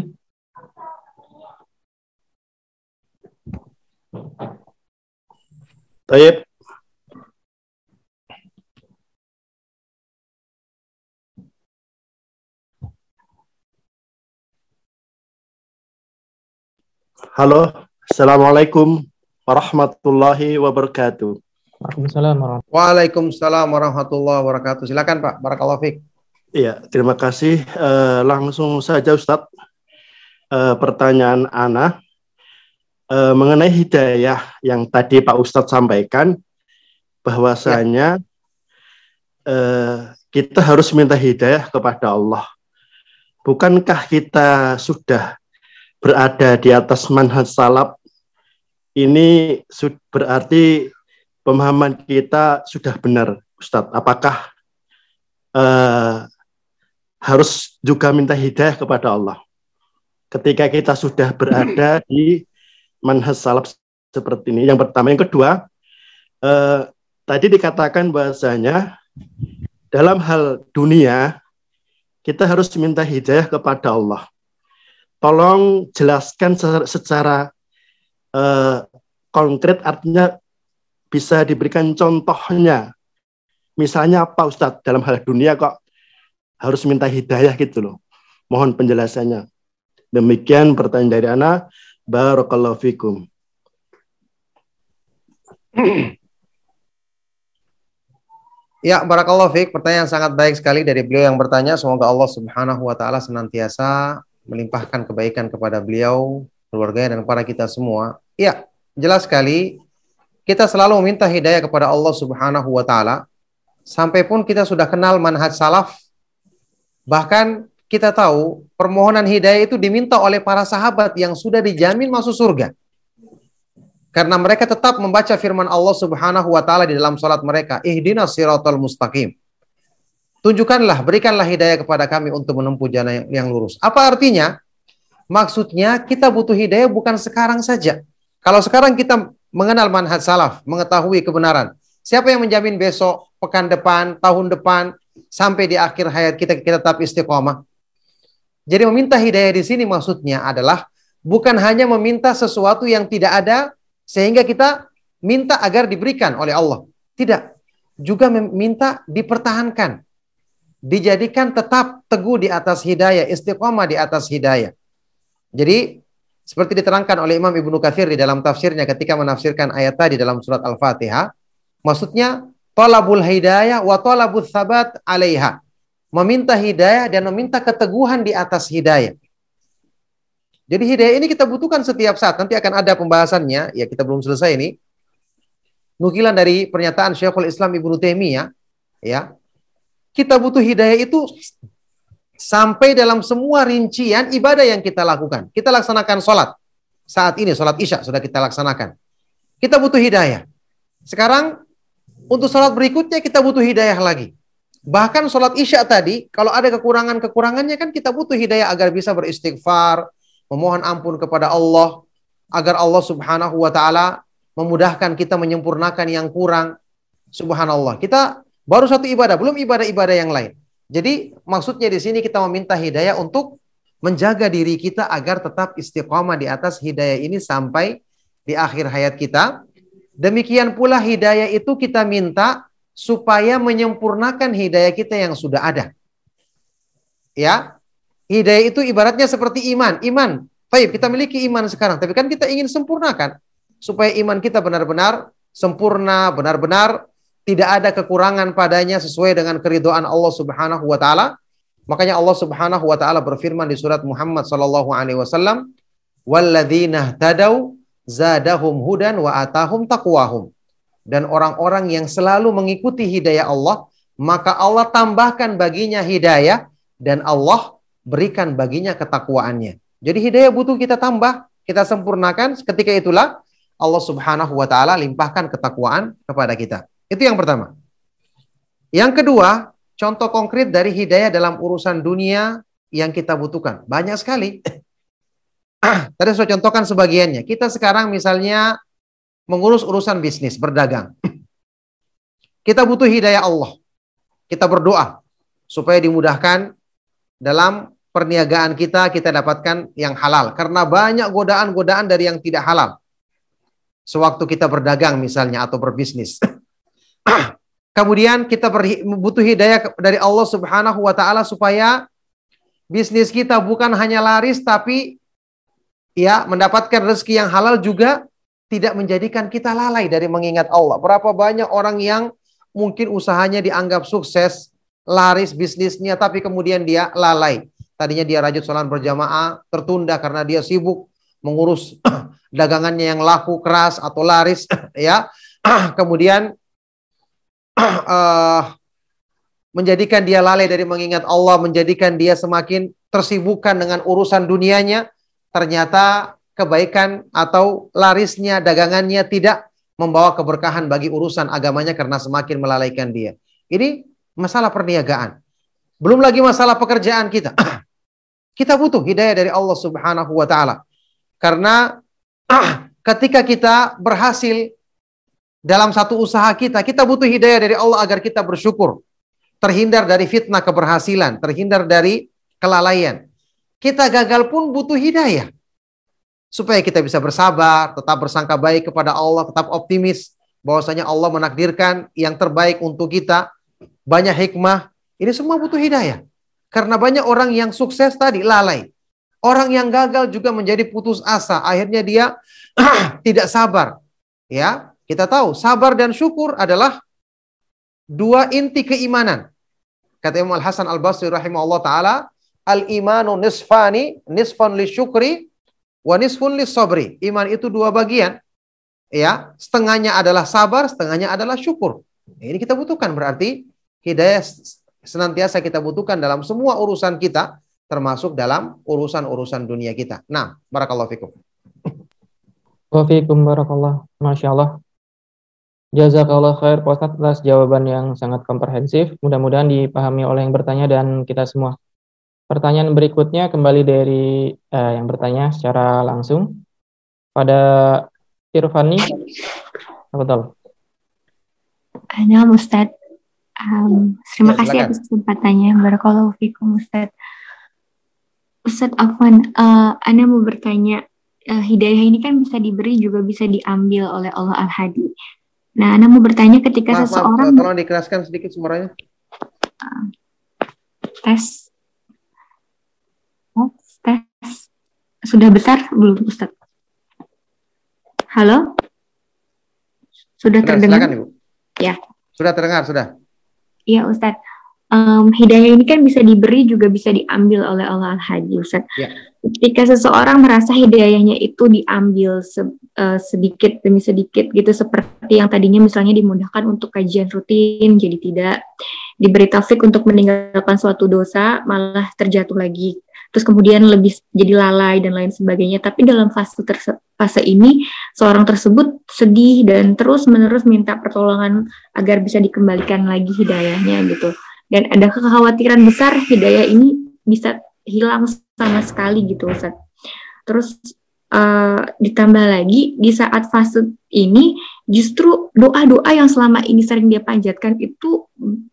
Taib. Halo, Assalamualaikum warahmatullahi wabarakatuh. Waalaikumsalam warahmatullahi Waalaikumsalam warahmatullahi wabarakatuh. Silakan Pak, barakallahu fiik. Iya, terima kasih. Langsung saja Ustadz. Pertanyaan Ana mengenai hidayah yang tadi Pak Ustadz sampaikan, bahwasanya kita harus minta hidayah kepada Allah. Bukankah kita sudah berada di atas manhaj salaf? Ini berarti pemahaman kita sudah benar, Ustadz. Apakah harus juga minta hidayah kepada Allah ketika kita sudah berada di manhaj salaf seperti ini? Yang pertama. Yang kedua, tadi dikatakan bahwasanya dalam hal dunia kita harus minta hidayah kepada Allah. Tolong jelaskan secara konkret, artinya bisa diberikan contohnya. Misalnya apa Ustadz, dalam hal dunia kok harus minta hidayah gitu loh. Mohon penjelasannya. Demikian pertanyaan dari Ana. Barakallahu fikum. Ya, barakallahu fiik. Pertanyaan sangat baik sekali dari beliau yang bertanya. Semoga Allah Subhanahu wa taala senantiasa melimpahkan kebaikan kepada beliau, keluarganya, dan para kita semua. Ya, jelas sekali kita selalu meminta hidayah kepada Allah Subhanahu wa taala sampai pun kita sudah kenal manhaj salaf. Bahkan kita tahu permohonan hidayah itu diminta oleh para sahabat yang sudah dijamin masuk surga. Karena mereka tetap membaca firman Allah Subhanahu wa taala di dalam salat mereka, ihdinas siratal mustaqim. Tunjukkanlah, berikanlah hidayah kepada kami untuk menempuh jalan yang lurus. Apa artinya? Maksudnya kita butuh hidayah bukan sekarang saja. Kalau sekarang kita mengenal manhaj salaf, mengetahui kebenaran, siapa yang menjamin besok, pekan depan, tahun depan, sampai di akhir hayat kita tetap istiqomah? Jadi meminta hidayah di sini maksudnya adalah bukan hanya meminta sesuatu yang tidak ada sehingga kita minta agar diberikan oleh Allah. Tidak. Juga meminta dipertahankan. Dijadikan tetap teguh di atas hidayah, istiqomah di atas hidayah. Jadi seperti diterangkan oleh Imam Ibnu Katsir di dalam tafsirnya ketika menafsirkan ayat tadi dalam surat Al-Fatihah, maksudnya talabul hidayah wa talabul tsabat 'alaiha. Meminta hidayah dan meminta keteguhan di atas hidayah. Jadi hidayah ini kita butuhkan setiap saat. Nanti akan ada pembahasannya. Ya, kita belum selesai ini. Nukilan dari pernyataan Syekhul Islam Ibnu Taimiyah, ya. Kita butuh hidayah itu sampai dalam semua rincian ibadah yang kita lakukan. Kita laksanakan sholat. Saat ini sholat Isya sudah kita laksanakan. kita butuh hidayah. Sekarang untuk sholat berikutnya kita butuh hidayah lagi. Bahkan sholat isya tadi, kalau ada kekurangannya kan kita butuh hidayah agar bisa beristighfar, memohon ampun kepada Allah, agar Allah Subhanahu wa Ta'ala memudahkan kita menyempurnakan yang kurang. Subhanallah. Kita baru satu ibadah, belum ibadah-ibadah yang lain. Jadi maksudnya di sini kita meminta hidayah untuk menjaga diri kita agar tetap istiqamah di atas hidayah ini sampai di akhir hayat kita. Demikian pula hidayah itu kita minta supaya menyempurnakan hidayah kita yang sudah ada. Ya, hidayah itu ibaratnya seperti iman. Iman, baik, kita miliki iman sekarang, tapi kan kita ingin sempurnakan supaya iman kita benar-benar sempurna, benar-benar tidak ada kekurangan padanya sesuai dengan keridhaan Allah Subhanahu wa Ta'ala. Makanya Allah Subhanahu wa Ta'ala berfirman di surat Muhammad sallallahu alaihi wasallam, "Walladzina tadau zadahum hudan wa atahum taqwahum." Dan orang-orang yang selalu mengikuti hidayah Allah, maka Allah tambahkan baginya hidayah dan Allah berikan baginya ketakwaannya. Jadi hidayah butuh kita tambah, kita sempurnakan. Ketika itulah Allah Subhanahu wa Ta'ala limpahkan ketakwaan kepada kita. Itu yang pertama. Yang kedua, contoh konkret dari hidayah dalam urusan dunia yang kita butuhkan. Banyak sekali. Tadi saya contohkan sebagiannya. Kita sekarang misalnya mengurus urusan bisnis, berdagang. Kita butuh hidayah Allah. Kita berdoa supaya dimudahkan dalam perniagaan kita dapatkan yang halal. Karena banyak godaan-godaan dari yang tidak halal. Sewaktu kita berdagang misalnya atau berbisnis. Kemudian kita butuh hidayah dari Allah Subhanahu wa Ta'ala supaya bisnis kita bukan hanya laris tapi ya mendapatkan rezeki yang halal juga tidak menjadikan kita lalai dari mengingat Allah. Berapa banyak orang yang mungkin usahanya dianggap sukses, laris bisnisnya, tapi kemudian dia lalai. Tadinya dia rajin sholat berjamaah, tertunda karena dia sibuk mengurus dagangannya yang laku, keras atau laris, ya. Kemudian menjadikan dia lalai dari mengingat Allah, menjadikan dia semakin tersibukkan dengan urusan dunianya. Ternyata kebaikan atau larisnya dagangannya tidak membawa keberkahan bagi urusan agamanya karena semakin melalaikan dia. Ini masalah perniagaan. Belum lagi masalah pekerjaan kita. Kita butuh hidayah dari Allah Subhanahu wa Ta'ala. Karena ketika kita berhasil dalam satu usaha kita butuh hidayah dari Allah agar kita bersyukur. Terhindar dari fitnah keberhasilan, terhindar dari kelalaian. Kita gagal pun butuh hidayah. Supaya kita bisa bersabar, tetap bersangka baik kepada Allah, tetap optimis bahwasanya Allah menakdirkan yang terbaik untuk kita. Banyak hikmah. Ini semua butuh hidayah. Karena banyak orang yang sukses tadi lalai. Orang yang gagal juga menjadi putus asa. Akhirnya dia tidak sabar. Ya, kita tahu sabar dan syukur adalah dua inti keimanan. Kata Imam Al-Hasan Al-Basri rahimahullah ta'ala, al-imanu nisfani, nisfan li syukri, wa nisfun li sabri. Iman itu dua bagian. Ya, setengahnya adalah sabar, setengahnya adalah syukur. Ini kita butuhkan, berarti hidayah senantiasa kita butuhkan dalam semua urusan kita, termasuk dalam urusan-urusan dunia kita. Nah, barakallahu fikum. Wa fikum barakallah. Masya Allah. Jazakallah khair Pak Ustadz atas jawaban yang sangat komprehensif. Mudah-mudahan dipahami oleh yang bertanya dan kita semua. Pertanyaan berikutnya kembali dari yang bertanya secara langsung. Pada Irfani. Betul. Nah, Ustadz. Terima kasih silakan. atas kesempatannya. Barakallahu fikum Ustadz. Ustadz Afwan, Ana mau bertanya, hidayah ini kan bisa diberi juga bisa diambil oleh Allah Al-Hadi. Nah, Ana mau bertanya ketika seseorang... Tolong dikeraskan sedikit suaranya. Tes. Sudah besar belum, Ustadz? Halo? Sudah terdengar? Silakan, Ibu. Ya. Sudah terdengar, sudah. Iya, Ustadz. Hidayah ini kan bisa diberi juga bisa diambil oleh Allah Al-Hadi, Ustadz. Ya. Ketika seseorang merasa hidayahnya itu diambil sedikit demi sedikit gitu, seperti yang tadinya misalnya dimudahkan untuk kajian rutin, jadi tidak diberi taufik untuk meninggalkan suatu dosa, malah terjatuh lagi. terus kemudian lebih jadi lalai dan lain sebagainya. Tapi dalam fase ini seorang tersebut sedih dan terus-menerus minta pertolongan agar bisa dikembalikan lagi hidayahnya gitu. Dan ada kekhawatiran besar hidayah ini bisa hilang sama sekali gitu Ustaz. Terus ditambah lagi di saat fase ini justru doa-doa yang selama ini sering dia panjatkan itu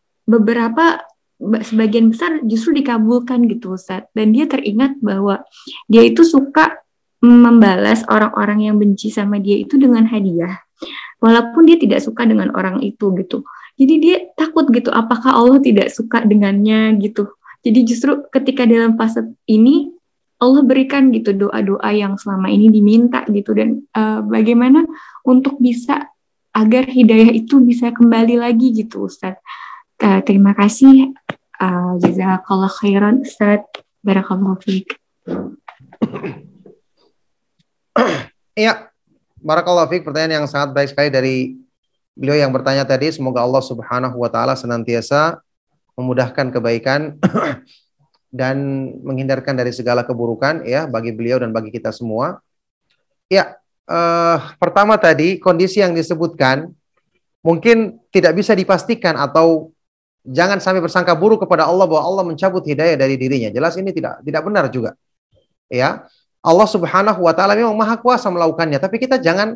sebagian besar justru dikabulkan gitu Ustaz. Dan dia teringat bahwa dia itu suka membalas orang-orang yang benci sama dia itu dengan hadiah. Walaupun dia tidak suka dengan orang itu gitu. Jadi dia takut gitu apakah Allah tidak suka dengannya gitu. Jadi justru ketika dalam fase ini Allah berikan gitu doa-doa yang selama ini diminta gitu. Dan bagaimana untuk bisa agar hidayah itu bisa kembali lagi gitu Ustaz. Terima kasih. Jazakallah khairan Ustaz. Barakallahu fiik. Iya, barakallahu fiik, pertanyaan yang sangat baik sekali dari beliau yang bertanya tadi. Semoga Allah Subhanahu wa taala senantiasa memudahkan kebaikan dan menghindarkan dari segala keburukan ya bagi beliau dan bagi kita semua. Ya, pertama tadi kondisi yang disebutkan mungkin tidak bisa dipastikan atau jangan sampai bersangka buruk kepada Allah bahwa Allah mencabut hidayah dari dirinya. Jelas ini tidak benar juga. Ya, Allah Subhanahu wa taala memang maha kuasa melakukannya, tapi kita jangan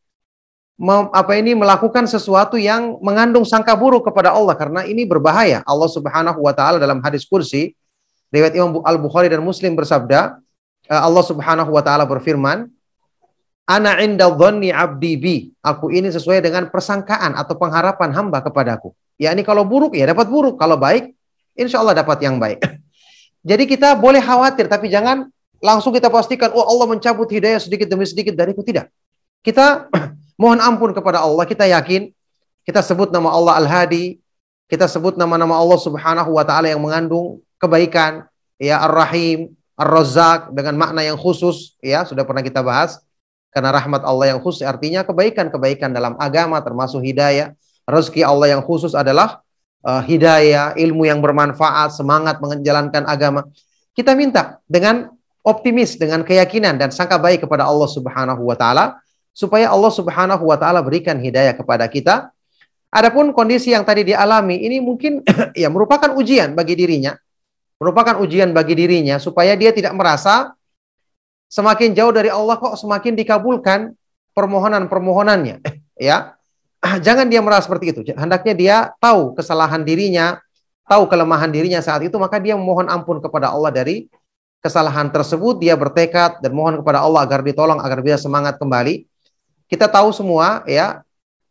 melakukan sesuatu yang mengandung sangka buruk kepada Allah, karena ini berbahaya. Allah Subhanahu wa taala dalam hadis kursi riwayat Imam Al-Bukhari dan Muslim bersabda, Allah Subhanahu wa taala berfirman, "Ana 'inda dhanni 'abdi bi." Aku ini sesuai dengan persangkaan atau pengharapan hamba kepadaku. Yakni kalau buruk ya dapat buruk, kalau baik insya Allah dapat yang baik. Jadi kita boleh khawatir, tapi jangan langsung kita pastikan, oh Allah mencabut hidayah sedikit demi sedikit dariku. Tidak. Kita mohon ampun kepada Allah, kita yakin, kita sebut nama Allah Al-Hadi, kita sebut nama-nama Allah Subhanahu wa taala yang mengandung kebaikan, ya Ar-Rahim, Ar-Razzaq dengan makna yang khusus, ya sudah pernah kita bahas. Karena rahmat Allah yang khusus artinya kebaikan-kebaikan dalam agama termasuk hidayah. Rezeki Allah yang khusus adalah hidayah, ilmu yang bermanfaat, semangat menjalankan agama. Kita minta dengan optimis, dengan keyakinan dan sangka baik kepada Allah Subhanahu wa taala supaya Allah Subhanahu wa taala berikan hidayah kepada kita. Adapun kondisi yang tadi dialami ini mungkin ya merupakan ujian bagi dirinya. Merupakan ujian bagi dirinya supaya dia tidak merasa semakin jauh dari Allah kok semakin dikabulkan permohonan-permohonannya. Ya. Jangan dia merasa seperti itu. Hendaknya dia tahu kesalahan dirinya, tahu kelemahan dirinya saat itu, maka dia memohon ampun kepada Allah dari kesalahan tersebut. Dia bertekad dan mohon kepada Allah agar ditolong, agar bisa semangat kembali. Kita tahu semua ya,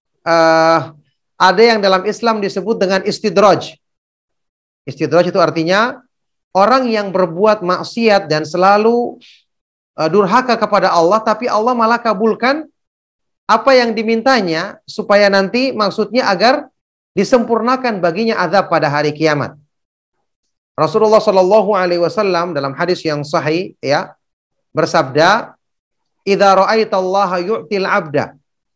ada yang dalam Islam disebut dengan istidraj. Istidraj itu artinya orang yang berbuat maksiat dan selalu durhaka kepada Allah, tapi Allah malah kabulkan apa yang dimintanya supaya nanti maksudnya agar disempurnakan baginya azab pada hari kiamat. Rasulullah Shallallahu Alaihi Wasallam dalam hadis yang sahih ya bersabda, "Idza ra'aitallaha yu'til 'abda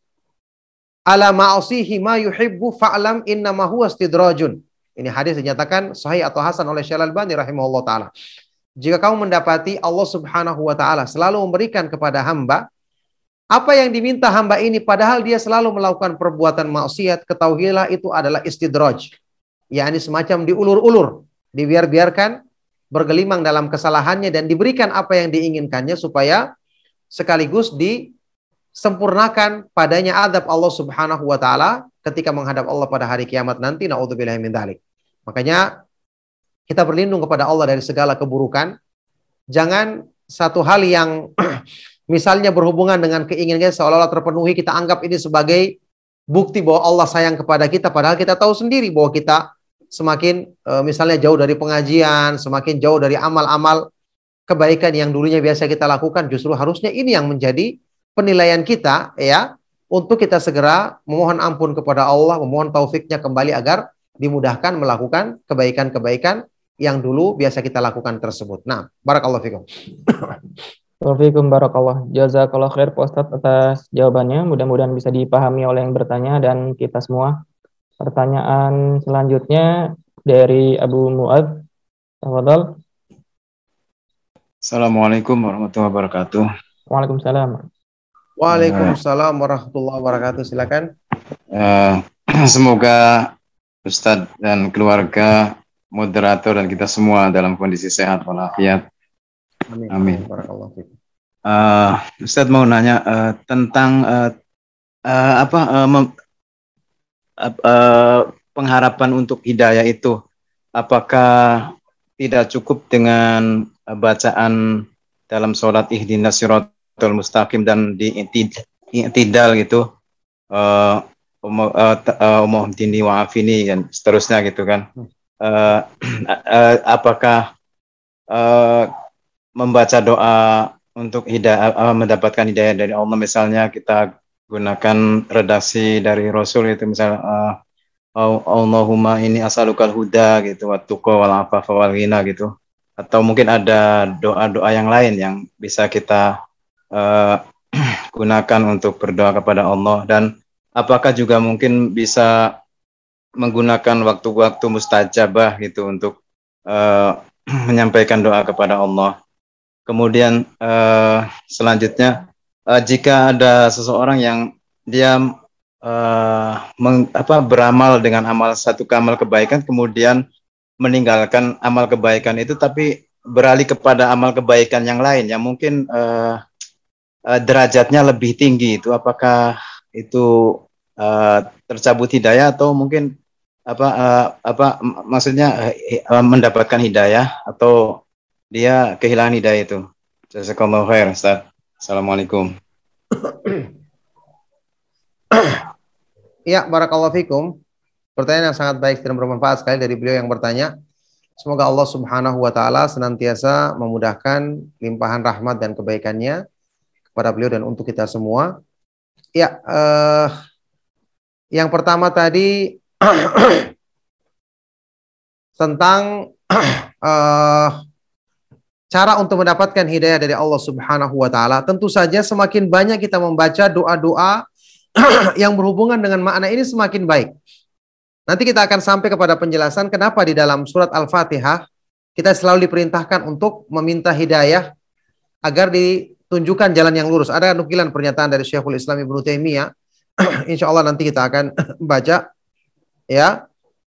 ala ma'asihi ma yuhibbu fa'lam innama huwa istidrajun." Ini hadis dinyatakan sahih atau hasan oleh Syekh Al-Albani rahimahullah taala. Jika kamu mendapati Allah Subhanahu wa taala selalu memberikan kepada hamba apa yang diminta hamba ini padahal dia selalu melakukan perbuatan maksiat, ketahuilah itu adalah istidraj. Yakni semacam diulur-ulur, dibiarkan bergelimang dalam kesalahannya dan diberikan apa yang diinginkannya supaya sekaligus disempurnakan padanya azab Allah Subhanahu wa taala ketika menghadap Allah pada hari kiamat nanti. Naudzubillahi min dzalik. Makanya kita berlindung kepada Allah dari segala keburukan. Jangan satu hal yang misalnya berhubungan dengan keinginan kita seolah-olah terpenuhi, kita anggap ini sebagai bukti bahwa Allah sayang kepada kita, padahal kita tahu sendiri bahwa kita semakin misalnya jauh dari pengajian, semakin jauh dari amal-amal kebaikan yang dulunya biasa kita lakukan. Justru harusnya ini yang menjadi penilaian kita ya, untuk kita segera memohon ampun kepada Allah, memohon taufiknya kembali agar dimudahkan melakukan kebaikan-kebaikan yang dulu biasa kita lakukan tersebut. Nah, barakallahu fikum. Waalaikumsalam barakallah. Jazakallah khair Pak Ustadz atas jawabannya. Mudah-mudahan bisa dipahami oleh yang bertanya dan kita semua. Pertanyaan selanjutnya dari Abu Mu'adz. Tafadhal. Assalamualaikum warahmatullahi wabarakatuh. Waalaikumsalam. Waalaikumsalam warahmatullahi wabarakatuh. Silakan. Semoga Ustadz dan keluarga, moderator dan kita semua dalam kondisi sehat walafiat. Amin. Barakallahu fiik. Ustadz mau nanya tentang pengharapan untuk hidayah itu, apakah tidak cukup dengan bacaan dalam sholat ihdinas siratal mustaqim dan di i'tidal gitu, umuhdini wa'afini dan seterusnya gitu kan, apakah membaca doa untuk hidayah, mendapatkan hidayah dari Allah, misalnya kita gunakan redaksi dari Rasul itu, misalnya Allahumma ini as'alukal huda gitu, wa tuqa wal afafa wal ghina gitu, atau mungkin ada doa-doa yang lain yang bisa kita gunakan untuk berdoa kepada Allah, dan apakah juga mungkin bisa menggunakan waktu-waktu mustajabah gitu untuk menyampaikan doa kepada Allah. Kemudian selanjutnya, jika ada seseorang yang dia beramal dengan amal satu amal kebaikan, kemudian meninggalkan amal kebaikan itu, tapi beralih kepada amal kebaikan yang lain yang mungkin derajatnya lebih tinggi, itu apakah itu tercabut hidayah, atau mungkin maksudnya mendapatkan hidayah, atau dia kehilangan hidayah itu? Jazakallahu khair, Ustaz. Assalamualaikum. Ya, barakallahu fikum. Pertanyaan yang sangat baik dan bermanfaat sekali dari beliau yang bertanya. Semoga Allah Subhanahu wa taala senantiasa memudahkan limpahan rahmat dan kebaikannya kepada beliau dan untuk kita semua. Ya, yang pertama tadi tentang cara untuk mendapatkan hidayah dari Allah Subhanahu wa taala. Tentu saja semakin banyak kita membaca doa-doa yang berhubungan dengan makna ini, semakin baik. Nanti kita akan sampai kepada penjelasan kenapa di dalam surat Al-Fatihah kita selalu diperintahkan untuk meminta hidayah agar ditunjukkan jalan yang lurus. Ada nukilan pernyataan dari Syekhul Islam Ibnu Taimiyah. Insya Allah nanti kita akan baca. Ya.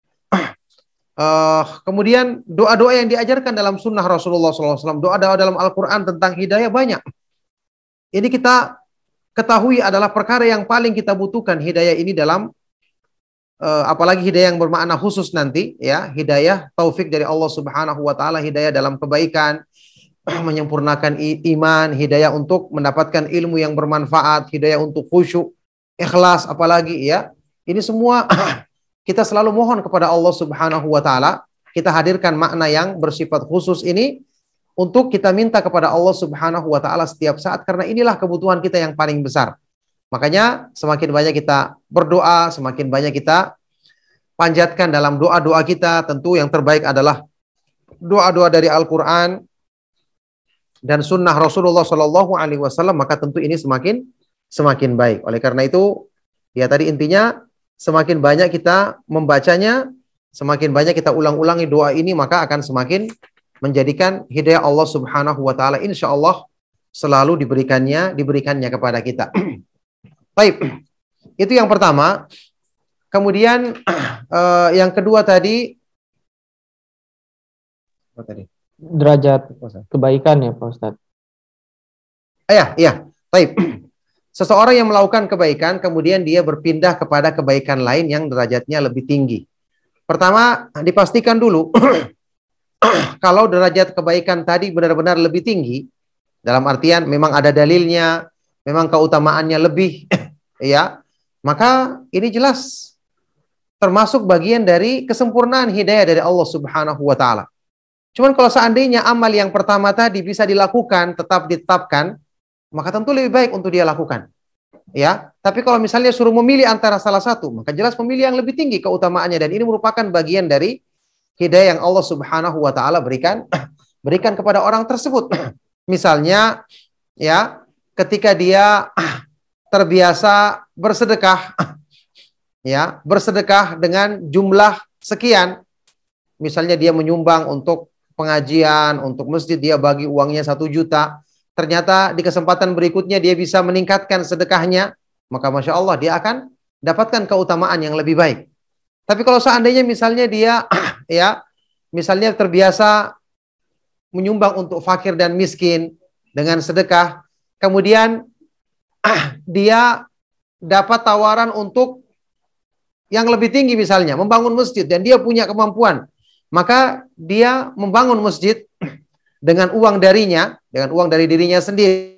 Kemudian doa-doa yang diajarkan dalam sunnah Rasulullah SAW, doa-doa dalam Al-Quran tentang hidayah banyak. Ini kita ketahui adalah perkara yang paling kita butuhkan, hidayah ini dalam apalagi hidayah yang bermakna khusus nanti, ya, hidayah taufik dari Allah Subhanahu wa taala, hidayah dalam kebaikan, menyempurnakan iman, hidayah untuk mendapatkan ilmu yang bermanfaat, hidayah untuk khusyuk, ikhlas, apalagi ya. Ini semua kita selalu mohon kepada Allah Subhanahu wa taala, kita hadirkan makna yang bersifat khusus ini untuk kita minta kepada Allah Subhanahu wa taala setiap saat, karena inilah kebutuhan kita yang paling besar. Makanya semakin banyak kita berdoa, semakin banyak kita panjatkan dalam doa-doa kita. Tentu yang terbaik adalah doa-doa dari Al-Qur'an dan sunnah Rasulullah Shallallahu Alaihi Wasallam, maka tentu ini semakin baik. Oleh karena itu, ya tadi intinya, semakin banyak kita membacanya, semakin banyak kita ulang-ulangi doa ini, maka akan semakin menjadikan hidayah Allah Subhanahu wa taala insya Allah selalu diberikannya kepada kita. Baik. Itu yang pertama. Kemudian yang kedua tadi apa tadi? Derajat kebaikan ya Pak Ustadz. Iya. Baik. Seseorang yang melakukan kebaikan, kemudian dia berpindah kepada kebaikan lain yang derajatnya lebih tinggi. Pertama, dipastikan dulu kalau derajat kebaikan tadi benar-benar lebih tinggi, dalam artian memang ada dalilnya, memang keutamaannya lebih, ya, maka ini jelas termasuk bagian dari kesempurnaan hidayah dari Allah Subhanahu wa taala. Cuman kalau seandainya amal yang pertama tadi bisa dilakukan, tetap ditetapkan, maka tentu lebih baik untuk dia lakukan. Ya, tapi kalau misalnya suruh memilih antara salah satu, maka jelas memilih yang lebih tinggi keutamaannya, dan ini merupakan bagian dari hidayah yang Allah Subhanahu wa taala berikan kepada orang tersebut. Misalnya, ya, ketika dia terbiasa bersedekah, ya, bersedekah dengan jumlah sekian. Misalnya dia menyumbang untuk pengajian, untuk masjid dia bagi uangnya 1 juta. Ternyata di kesempatan berikutnya dia bisa meningkatkan sedekahnya, maka Masya Allah dia akan dapatkan keutamaan yang lebih baik. Tapi kalau seandainya misalnya dia ya misalnya terbiasa menyumbang untuk fakir dan miskin dengan sedekah, kemudian dia dapat tawaran untuk yang lebih tinggi misalnya membangun masjid dan dia punya kemampuan, maka dia membangun masjid dengan uang darinya, dengan uang dari dirinya sendiri.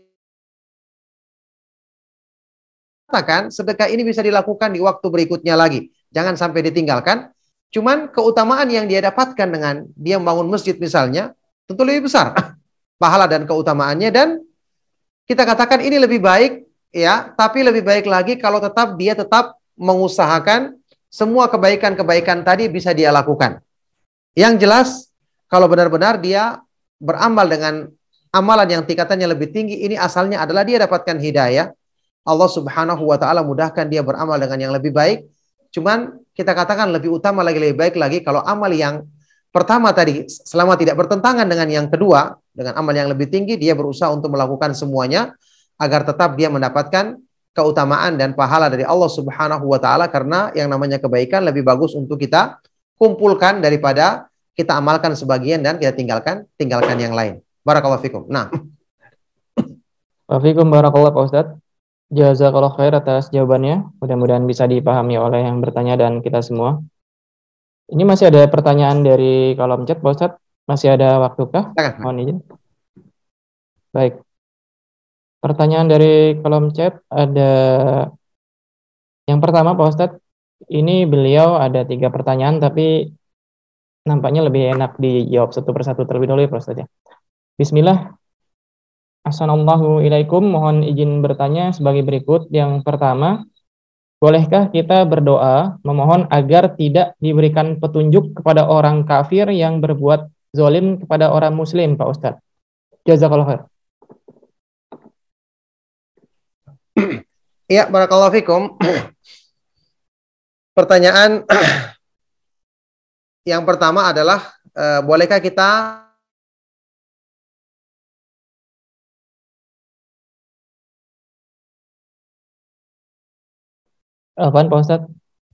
Katakan sedekah ini bisa dilakukan di waktu berikutnya lagi. Jangan sampai ditinggalkan. Cuman keutamaan yang dia dapatkan dengan dia membangun masjid misalnya, tentu lebih besar pahala dan keutamaannya, dan kita katakan ini lebih baik ya, tapi lebih baik lagi kalau dia tetap mengusahakan semua kebaikan-kebaikan tadi bisa dia lakukan. Yang jelas kalau benar-benar dia beramal dengan amalan yang tingkatannya lebih tinggi, ini asalnya adalah dia dapatkan hidayah. Allah Subhanahu wa taala mudahkan dia beramal dengan yang lebih baik. Cuman kita katakan lebih utama lagi, lebih baik lagi kalau amal yang pertama tadi selama tidak bertentangan dengan yang kedua, dengan amal yang lebih tinggi, dia berusaha untuk melakukan semuanya agar tetap dia mendapatkan keutamaan dan pahala dari Allah Subhanahu wa taala, karena yang namanya kebaikan lebih bagus untuk kita kumpulkan daripada kita amalkan sebagian dan kita tinggalkan yang lain. Barakallahu fikum. Nah, Wafikum barakallah Pak Ustadz. Jazakallah khair atas jawabannya. Mudah-mudahan bisa dipahami oleh yang bertanya dan kita semua. Ini masih ada pertanyaan dari kolom chat Pak Ustadz. Masih ada waktukah? Mohon izin. Baik. Pertanyaan dari kolom chat ada yang pertama Pak Ustadz. Ini beliau ada 3 pertanyaan tapi nampaknya lebih enak dijawab satu persatu terlebih dahulu ya Pak Ustadz ya. Bismillah. Assalamualaikum, mohon izin bertanya sebagai berikut. Yang pertama, bolehkah kita berdoa memohon agar tidak diberikan petunjuk kepada orang kafir yang berbuat zalim kepada orang muslim, Pak Ustadz? Jazakallahu khair. Ya, barakallahu fikum. Pertanyaan yang pertama adalah bolehkah kita Apaan Pak Ustadz?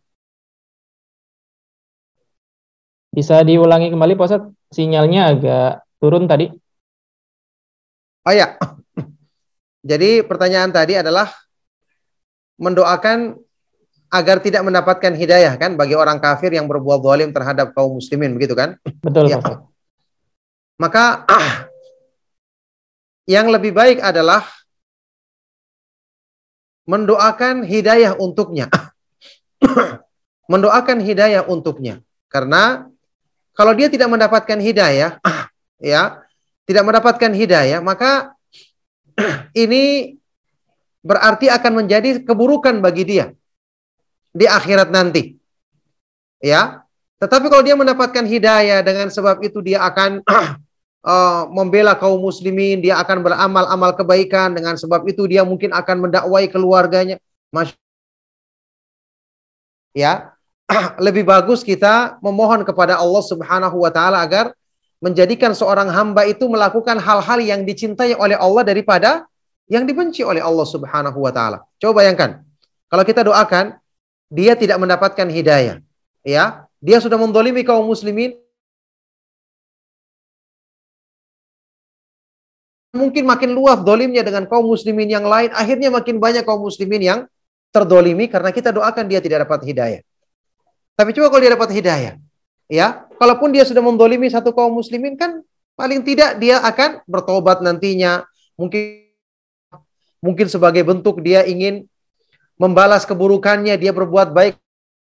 Bisa diulangi kembali Pak Ustadz? Sinyalnya agak turun tadi. Oh ya. Jadi pertanyaan tadi adalah mendoakan agar tidak mendapatkan hidayah kan bagi orang kafir yang berbuat zalim terhadap kaum muslimin, begitu kan? Betul ya. Pak Ustadz. Maka yang lebih baik adalah mendoakan hidayah untuknya. Mendoakan hidayah untuknya. Karena kalau dia tidak mendapatkan hidayah, ya, tidak mendapatkan hidayah, maka ini berarti akan menjadi keburukan bagi dia di akhirat nanti. Ya. Tetapi kalau dia mendapatkan hidayah, dengan sebab itu dia akan membela kaum muslimin, dia akan beramal-amal kebaikan, dengan sebab itu dia mungkin akan mendakwai keluarganya. Ya, lebih bagus kita memohon kepada Allah Subhanahu wa taala agar menjadikan seorang hamba itu melakukan hal-hal yang dicintai oleh Allah daripada yang dibenci oleh Allah Subhanahu wa taala. Coba bayangkan, kalau kita doakan dia tidak mendapatkan hidayah, ya, dia sudah menzalimi kaum muslimin, mungkin makin luas dolimnya dengan kaum muslimin yang lain, akhirnya makin banyak kaum muslimin yang terdolimi karena kita doakan dia tidak dapat hidayah. Tapi coba kalau dia dapat hidayah, ya, kalaupun dia sudah mendolimi satu kaum muslimin, kan paling tidak dia akan bertobat nantinya, mungkin sebagai bentuk dia ingin membalas keburukannya, dia berbuat baik,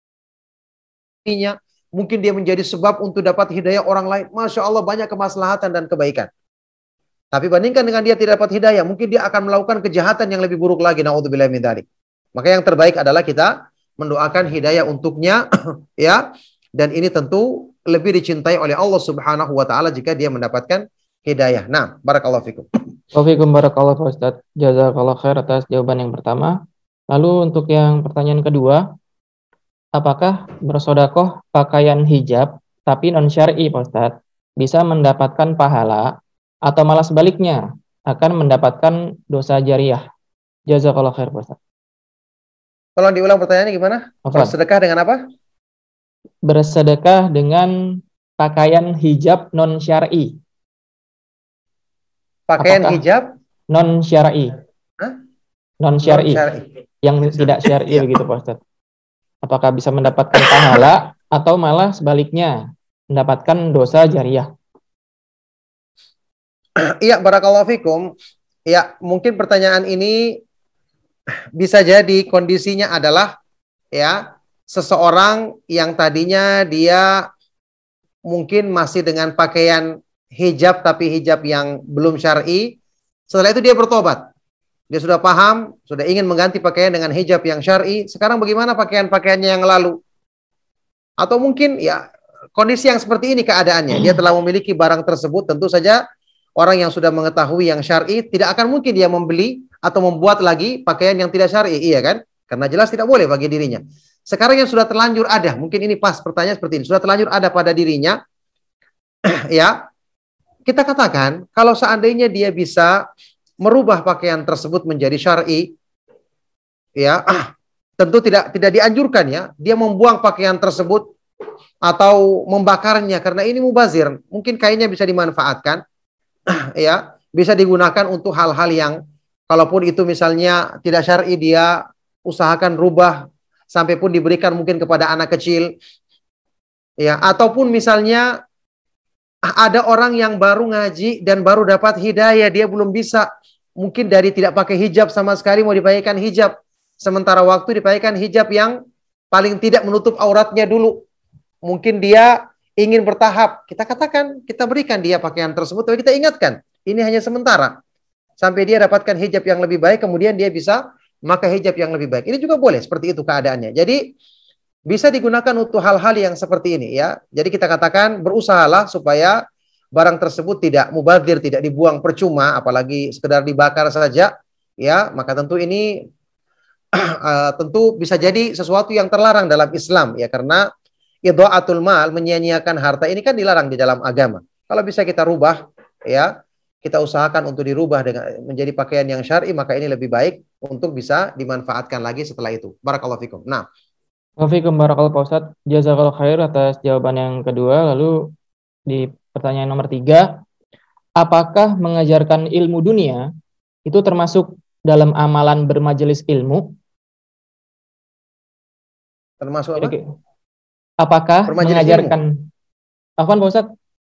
mungkin dia menjadi sebab untuk dapat hidayah orang lain. Masya Allah, banyak kemaslahatan dan kebaikan. Tapi bandingkan dengan dia tidak dapat hidayah, mungkin dia akan melakukan kejahatan yang lebih buruk lagi. Na'udzubillahi min dzalik. Maka yang terbaik adalah kita mendoakan hidayah untuknya, ya. Dan ini tentu lebih dicintai oleh Allah Subhanahu wa taala jika dia mendapatkan hidayah. Nah, barakallahu fikum. Wafikum barakallahu Ustaz. Jazakallahu khair atas jawaban yang pertama. Lalu untuk yang pertanyaan kedua, apakah bersodakoh pakaian hijab tapi non syar'i Pak Ustaz bisa mendapatkan pahala atau malah sebaliknya akan mendapatkan dosa jariah? Jazakallah khair, Pak Ustaz. Tolong diulang pertanyaannya gimana? Afwan. Bersedekah dengan apa? Bersedekah dengan pakaian hijab non syar'i. Pakaian Apakah hijab non syar'i? Hah? Non syar'i. non-syar'i. Yang tidak syar'i Ya. begitu, Pak Ustaz. Apakah bisa mendapatkan pahala atau malah sebaliknya mendapatkan dosa jariah? Iya, barakallahu fikum. Ya, mungkin pertanyaan ini bisa jadi kondisinya adalah ya seseorang yang tadinya dia mungkin masih dengan pakaian hijab tapi hijab yang belum syar'i. Setelah itu dia bertobat. Dia sudah paham, sudah ingin mengganti pakaian dengan hijab yang syar'i. Sekarang bagaimana pakaian-pakaiannya yang lalu? Atau mungkin ya kondisi yang seperti ini keadaannya. Dia telah memiliki barang tersebut, tentu saja orang yang sudah mengetahui yang syar'i tidak akan mungkin dia membeli atau membuat lagi pakaian yang tidak syar'i, iya kan? Karena jelas tidak boleh bagi dirinya. Sekarang yang sudah terlanjur ada, mungkin ini pas pertanyaan seperti ini, sudah terlanjur ada pada dirinya, ya, kita katakan kalau seandainya dia bisa merubah pakaian tersebut menjadi syar'i, ya, tentu tidak dianjurkan ya, dia membuang pakaian tersebut atau membakarnya karena ini mubazir. Mungkin kainnya bisa dimanfaatkan, ya, bisa digunakan untuk hal-hal yang kalaupun itu misalnya tidak syar'i dia usahakan rubah sampai pun diberikan mungkin kepada anak kecil, ya, ataupun misalnya ada orang yang baru ngaji dan baru dapat hidayah, dia belum bisa, mungkin dari tidak pakai hijab sama sekali mau dipakaikan hijab, sementara waktu dipakaikan hijab yang paling tidak menutup auratnya dulu. Mungkin dia ingin bertahap, kita katakan, kita berikan dia pakaian tersebut, tapi kita ingatkan, ini hanya sementara. Sampai dia dapatkan hijab yang lebih baik, kemudian dia bisa memakai hijab yang lebih baik. Ini juga boleh, seperti itu keadaannya. Jadi, bisa digunakan untuk hal-hal yang seperti ini ya. Jadi kita katakan berusahalah supaya barang tersebut tidak mubazir, tidak dibuang percuma, apalagi sekedar dibakar saja ya. Maka tentu ini tentu bisa jadi sesuatu yang terlarang dalam Islam ya, karena idha'atul mal, menyia-nyiakan harta ini kan dilarang di dalam agama. Kalau bisa kita rubah ya, kita usahakan untuk dirubah dengan menjadi pakaian yang syar'i, maka ini lebih baik untuk bisa dimanfaatkan lagi setelah itu. Barakallahu fikum. Nah, Waalaikumsalam barakallahu Pak Ustadz. Jazakallahu khair atas jawaban yang kedua. Lalu di pertanyaan nomor 3, apakah mengajarkan ilmu dunia itu termasuk dalam amalan bermajelis ilmu? termasuk apa? Apakah Bermajelis mengajarkan Afwan Pak Ustadz?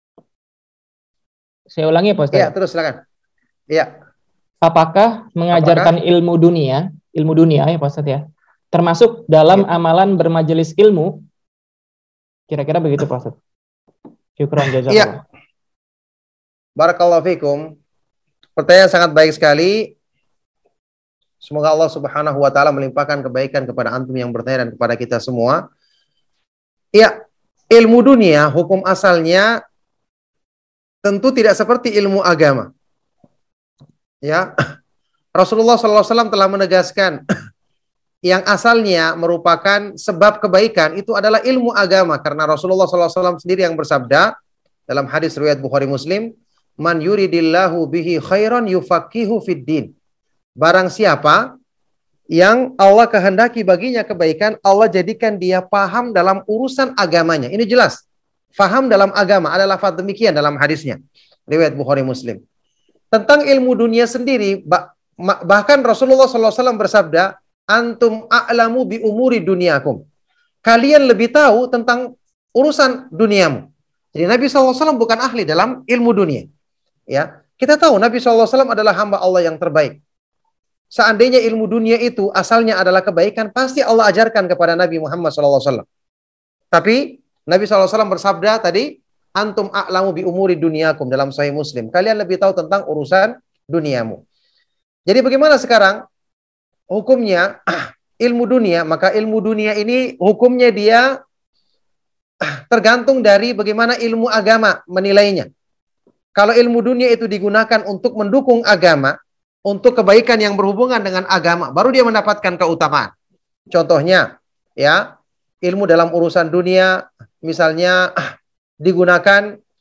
Saya ulangi ya Pak Ustadz. Iya, terus silakan. Iya. Apakah mengajarkan ilmu dunia ya Pak Ustadz ya, termasuk dalam amalan bermajelis ilmu? Kira-kira begitu Pak Ustadz. Syukran jazakallah. Iya. Barakallahu fikum. Pertanyaan sangat baik sekali. Semoga Allah Subhanahu wa taala melimpahkan kebaikan kepada antum yang bertanya dan kepada kita semua. Iya, ilmu dunia hukum asalnya tentu tidak seperti ilmu agama. Ya. Rasulullah SAW telah menegaskan yang asalnya merupakan sebab kebaikan itu adalah ilmu agama, karena Rasulullah SAW sendiri yang bersabda dalam hadis riwayat Bukhari Muslim, man yuridillahu bihi khairan yufaqihu fid din. Barang siapa yang Allah kehendaki baginya kebaikan, Allah jadikan dia paham dalam urusan agamanya. Ini jelas. Faham dalam agama, ada lafaz demikian dalam hadisnya. Riwayat Bukhari Muslim. Tentang ilmu dunia sendiri, bahkan Rasulullah SAW bersabda, antum a'lamu bi umuri dunyakum. Kalian lebih tahu tentang urusan duniamu. Jadi Nabi SAW bukan ahli dalam ilmu dunia. Ya, kita tahu Nabi SAW adalah hamba Allah yang terbaik. Seandainya ilmu dunia itu asalnya adalah kebaikan, pasti Allah ajarkan kepada Nabi Muhammad SAW. Tapi Nabi SAW bersabda tadi, antum a'lamu bi umuri dunyakum, dalam Sahih Muslim. Kalian lebih tahu tentang urusan duniamu. Jadi bagaimana sekarang hukumnya ilmu dunia? Maka ilmu dunia ini hukumnya dia tergantung dari bagaimana ilmu agama menilainya. Kalau ilmu dunia itu digunakan untuk mendukung agama, untuk kebaikan yang berhubungan dengan agama, baru dia mendapatkan keutamaan. Contohnya, ya, ilmu dalam urusan dunia misalnya digunakan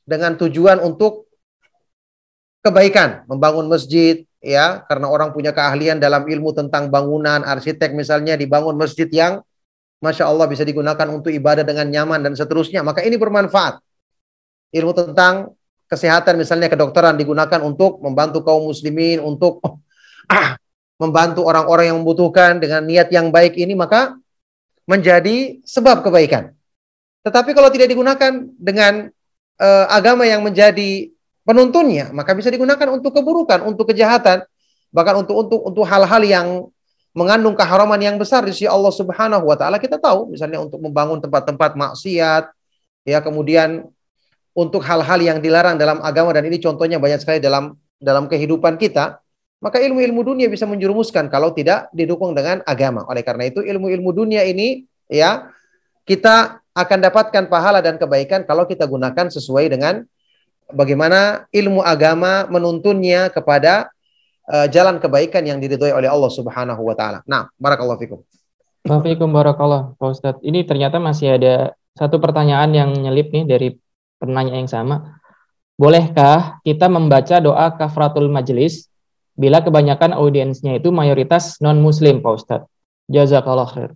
dengan tujuan untuk kebaikan, membangun masjid, ya, karena orang punya keahlian dalam ilmu tentang bangunan, arsitek misalnya dibangun masjid yang Masya Allah bisa digunakan untuk ibadah dengan nyaman dan seterusnya, maka ini bermanfaat. Ilmu tentang kesehatan misalnya kedokteran digunakan untuk membantu kaum muslimin, untuk membantu orang-orang yang membutuhkan dengan niat yang baik ini, maka menjadi sebab kebaikan. Tetapi kalau tidak digunakan dengan agama yang menjadi penuntunnya, maka bisa digunakan untuk keburukan, untuk kejahatan, bahkan untuk hal-hal yang mengandung keharaman yang besar di sisi Allah Subhanahu wa taala. Kita tahu misalnya untuk membangun tempat-tempat maksiat, ya, kemudian untuk hal-hal yang dilarang dalam agama, dan ini contohnya banyak sekali dalam kehidupan kita, maka ilmu-ilmu dunia bisa menjerumuskan kalau tidak didukung dengan agama. Oleh karena itu ilmu-ilmu dunia ini, ya, kita akan dapatkan pahala dan kebaikan kalau kita gunakan sesuai dengan bagaimana ilmu agama menuntunnya kepada jalan kebaikan yang diridhoi oleh Allah Subhanahu wa taala. Nah, barakallahu fikum. Waalaikumsalam barakallah, Pak Ustadz. Ini ternyata masih ada satu pertanyaan yang nyelip nih dari penanya yang sama. Bolehkah kita membaca doa kafaratul majelis bila kebanyakan audiensnya itu mayoritas non-muslim, Pak Ustadz? Jazakallah khair.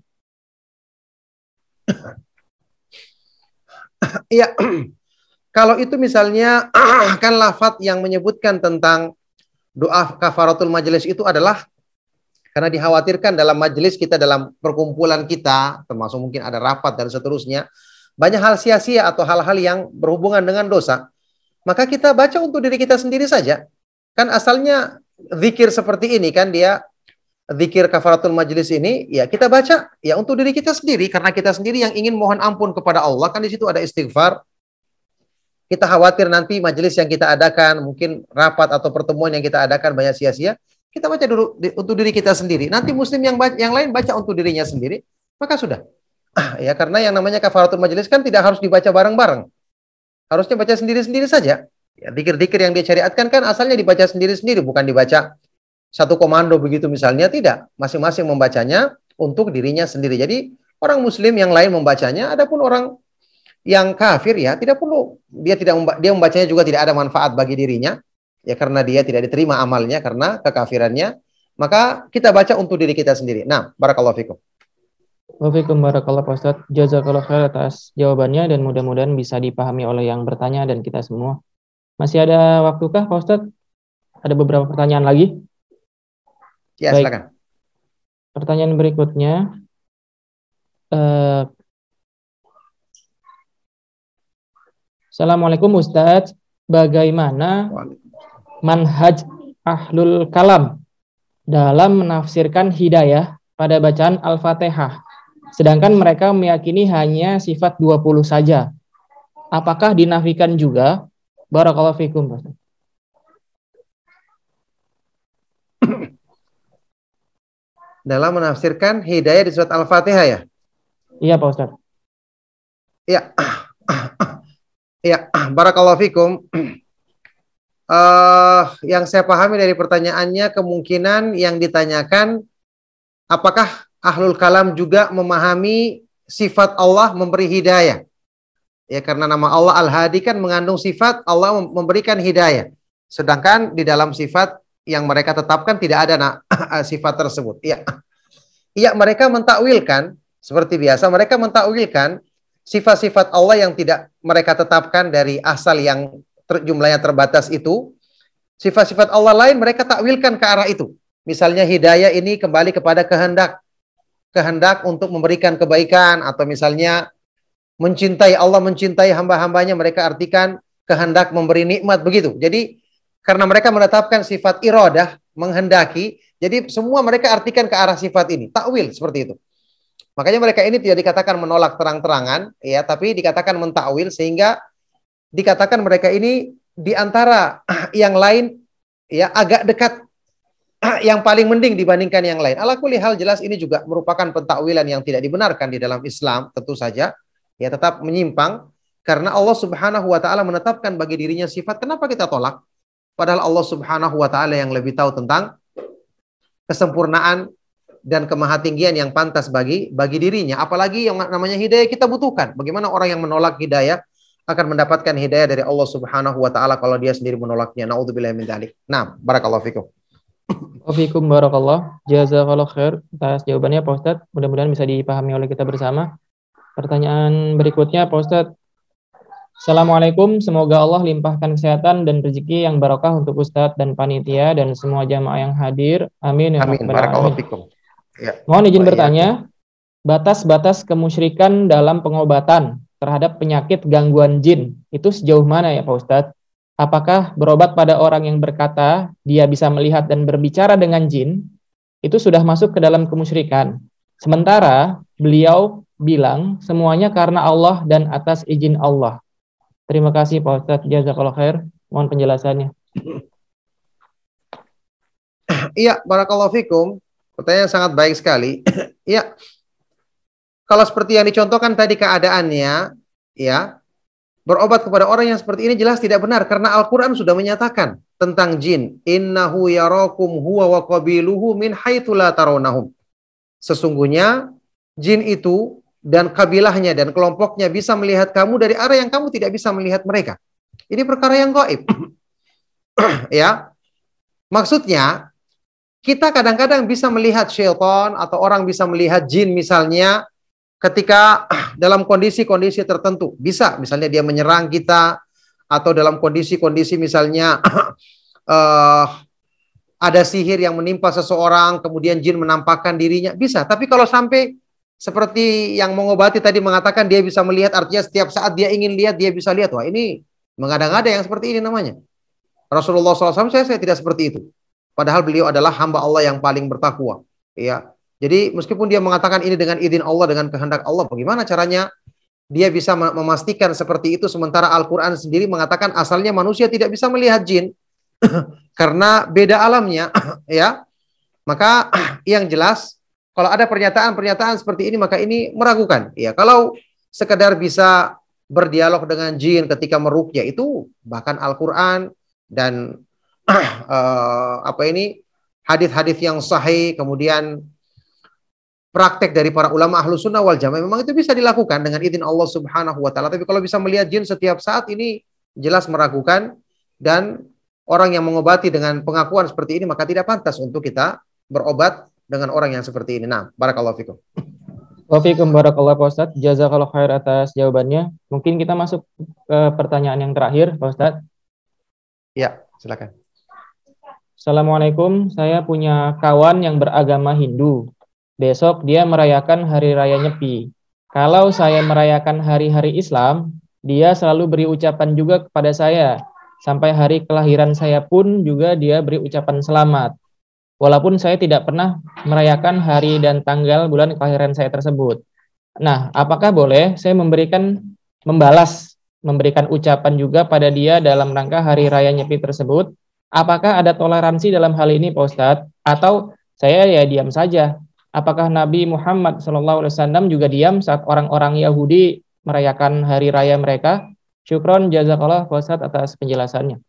Iya, kalau itu misalnya kan lafadz yang menyebutkan tentang doa kafaratul majelis itu adalah karena dikhawatirkan dalam majelis kita, dalam perkumpulan kita, termasuk mungkin ada rapat dan seterusnya, banyak hal sia-sia atau hal-hal yang berhubungan dengan dosa, maka kita baca untuk diri kita sendiri saja. Kan asalnya zikir seperti ini kan, dia zikir kafaratul majelis ini, ya kita baca ya untuk diri kita sendiri, karena kita sendiri yang ingin mohon ampun kepada Allah, kan di situ ada istighfar. Kita khawatir nanti majelis yang kita adakan, mungkin rapat atau pertemuan yang kita adakan banyak sia-sia, kita baca dulu untuk diri kita sendiri. Nanti muslim yang lain baca untuk dirinya sendiri, maka sudah. Ya, karena yang namanya kafaratul majelis kan tidak harus dibaca bareng-bareng. Harusnya baca sendiri-sendiri saja. Ya, dikir-dikir yang dia syariatkan kan asalnya dibaca sendiri-sendiri, bukan dibaca satu komando begitu misalnya, tidak. Masing-masing membacanya untuk dirinya sendiri. Jadi orang muslim yang lain membacanya, adapun orang yang kafir ya tidak perlu, dia membacanya juga tidak ada manfaat bagi dirinya. Ya, karena dia tidak diterima amalnya karena kekafirannya, maka kita baca untuk diri kita sendiri. Nah, barakallahu fikum. Waalaikumsalam barakallah, Pak Ustadz. Jazakallah khair atas jawabannya dan mudah-mudahan bisa dipahami oleh yang bertanya dan kita semua. Masih ada waktukah, Pak Ustadz? Ada beberapa pertanyaan lagi? Ya, baik. Silakan. Pertanyaan berikutnya. Assalamualaikum Ustadz. Bagaimana manhaj ahlul kalam dalam menafsirkan hidayah pada bacaan Al-Fatihah, sedangkan mereka meyakini hanya sifat 20 saja? Apakah dinafikan juga? Barakallahu fikum. Dalam menafsirkan hidayah di surat Al-Fatihah ya? Iya, Pak Ustadz. Iya. Ya, barakallahu fikum. Yang saya pahami dari pertanyaannya, kemungkinan yang ditanyakan, apakah ahlul kalam juga memahami sifat Allah memberi hidayah? Ya, karena nama Allah Al-Hadi kan mengandung sifat Allah memberikan hidayah. Sedangkan di dalam sifat yang mereka tetapkan tidak ada sifat tersebut. Iya. Iya, mereka mentakwilkan seperti biasa, mereka mentakwilkan sifat-sifat Allah yang tidak mereka tetapkan dari asal yang jumlahnya terbatas itu. Sifat-sifat Allah lain mereka takwilkan ke arah itu. Misalnya hidayah ini kembali kepada kehendak. Kehendak untuk memberikan kebaikan, atau misalnya mencintai Allah, mencintai hamba-hambanya, mereka artikan kehendak memberi nikmat, begitu. Jadi karena mereka menetapkan sifat iradah, menghendaki, jadi semua mereka artikan ke arah sifat ini. Takwil seperti itu. Makanya mereka ini tidak dikatakan menolak terang-terangan, ya, tapi dikatakan mentakwil, sehingga dikatakan mereka ini di antara yang lain ya agak dekat yang paling mending dibandingkan yang lain. Ala kulli hal, jelas ini juga merupakan pentakwilan yang tidak dibenarkan di dalam Islam, tentu saja ya, tetap menyimpang karena Allah Subhanahu wa taala menetapkan bagi dirinya sifat. Kenapa kita tolak? Padahal Allah Subhanahu wa taala yang lebih tahu tentang kesempurnaan dan kemahatinggian yang pantas bagi dirinya. Apalagi yang namanya hidayah kita butuhkan. Bagaimana orang yang menolak hidayah akan mendapatkan hidayah dari Allah Subhanahu wa taala kalau dia sendiri menolaknya. Nauzubillahi min dzalik. Nah, barakallahu fikum. Wafikum barakallah. Jazakallah khair atas jawabannya Pak Ustadz. Mudah-mudahan bisa dipahami oleh kita bersama. Pertanyaan berikutnya Pak Ustadz. Assalamualaikum, semoga Allah limpahkan kesehatan dan rezeki yang barokah untuk Ustadz dan panitia dan semua jamaah yang hadir. Amin ya Amin. rabbal Barakallahu alamin. fikum. Ya. Mohon izin Wa bertanya, batas-batas kemusyrikan dalam pengobatan terhadap penyakit gangguan jin itu sejauh mana ya Pak Ustadz? Apakah berobat pada orang yang berkata dia bisa melihat dan berbicara dengan jin itu sudah masuk ke dalam kemusyrikan? Sementara beliau bilang semuanya karena Allah dan atas izin Allah. Terima kasih Pak Ustadz, jazakallahu khair. Mohon penjelasannya. Iya, barakallahu fikum. Pertanyaan sangat baik sekali. Iya. Kalau seperti yang dicontohkan tadi keadaannya, ya, berobat kepada orang yang seperti ini jelas tidak benar karena Al-Qur'an sudah menyatakan tentang jin, innahu yarakum huwa wa qabiluhu min haitsu la tarawnahum. Sesungguhnya jin itu dan kabilahnya dan kelompoknya bisa melihat kamu dari arah yang kamu tidak bisa melihat mereka. Ini perkara yang gaib. Ya. Maksudnya kita kadang-kadang bisa melihat syaitan atau orang bisa melihat jin misalnya ketika dalam kondisi-kondisi tertentu. Bisa, misalnya dia menyerang kita atau dalam kondisi-kondisi misalnya ada sihir yang menimpa seseorang, kemudian jin menampakkan dirinya. Bisa, tapi kalau sampai seperti yang mengobati tadi mengatakan dia bisa melihat, artinya setiap saat dia ingin lihat, dia bisa lihat. Wah, ini mengada-ngada yang seperti ini namanya. Rasulullah SAW saya tidak seperti itu. Padahal beliau adalah hamba Allah yang paling bertakwa. Ya. Jadi meskipun dia mengatakan ini dengan izin Allah, dengan kehendak Allah, bagaimana caranya dia bisa memastikan seperti itu sementara Al-Quran sendiri mengatakan asalnya manusia tidak bisa melihat jin karena beda alamnya. Ya. Maka yang jelas kalau ada pernyataan-pernyataan seperti ini maka ini meragukan. Ya, kalau sekedar bisa berdialog dengan jin ketika meruqyah itu bahkan Al-Quran dan hadis-hadis yang sahih, kemudian praktek dari para ulama ahlu sunnah wal jamaah memang itu bisa dilakukan dengan izin Allah Subhanahu wa taala. Tapi kalau bisa melihat jin setiap saat ini jelas meragukan dan orang yang mengobati dengan pengakuan seperti ini maka tidak pantas untuk kita berobat dengan orang yang seperti ini. Nah, barakallahu fikum. Wafikum barakallahu Pak Ustadz, jazakallahu khair atas jawabannya. Mungkin kita masuk ke pertanyaan yang terakhir Pak Ustadz. Ya, silakan. Assalamualaikum, saya punya kawan yang beragama Hindu. Besok dia merayakan hari raya Nyepi. Kalau saya merayakan hari-hari Islam, dia selalu beri ucapan juga kepada saya. Sampai hari kelahiran saya pun juga dia beri ucapan selamat. Walaupun saya tidak pernah merayakan hari dan tanggal bulan kelahiran saya tersebut. Nah, apakah boleh saya memberikan ucapan juga pada dia dalam rangka hari raya Nyepi tersebut? Apakah ada toleransi dalam hal ini Pak Ustadz? Atau saya ya diam saja? Apakah Nabi Muhammad SAW juga diam saat orang-orang Yahudi merayakan hari raya mereka? Syukron jazakallah Pak Ustadz atas penjelasannya.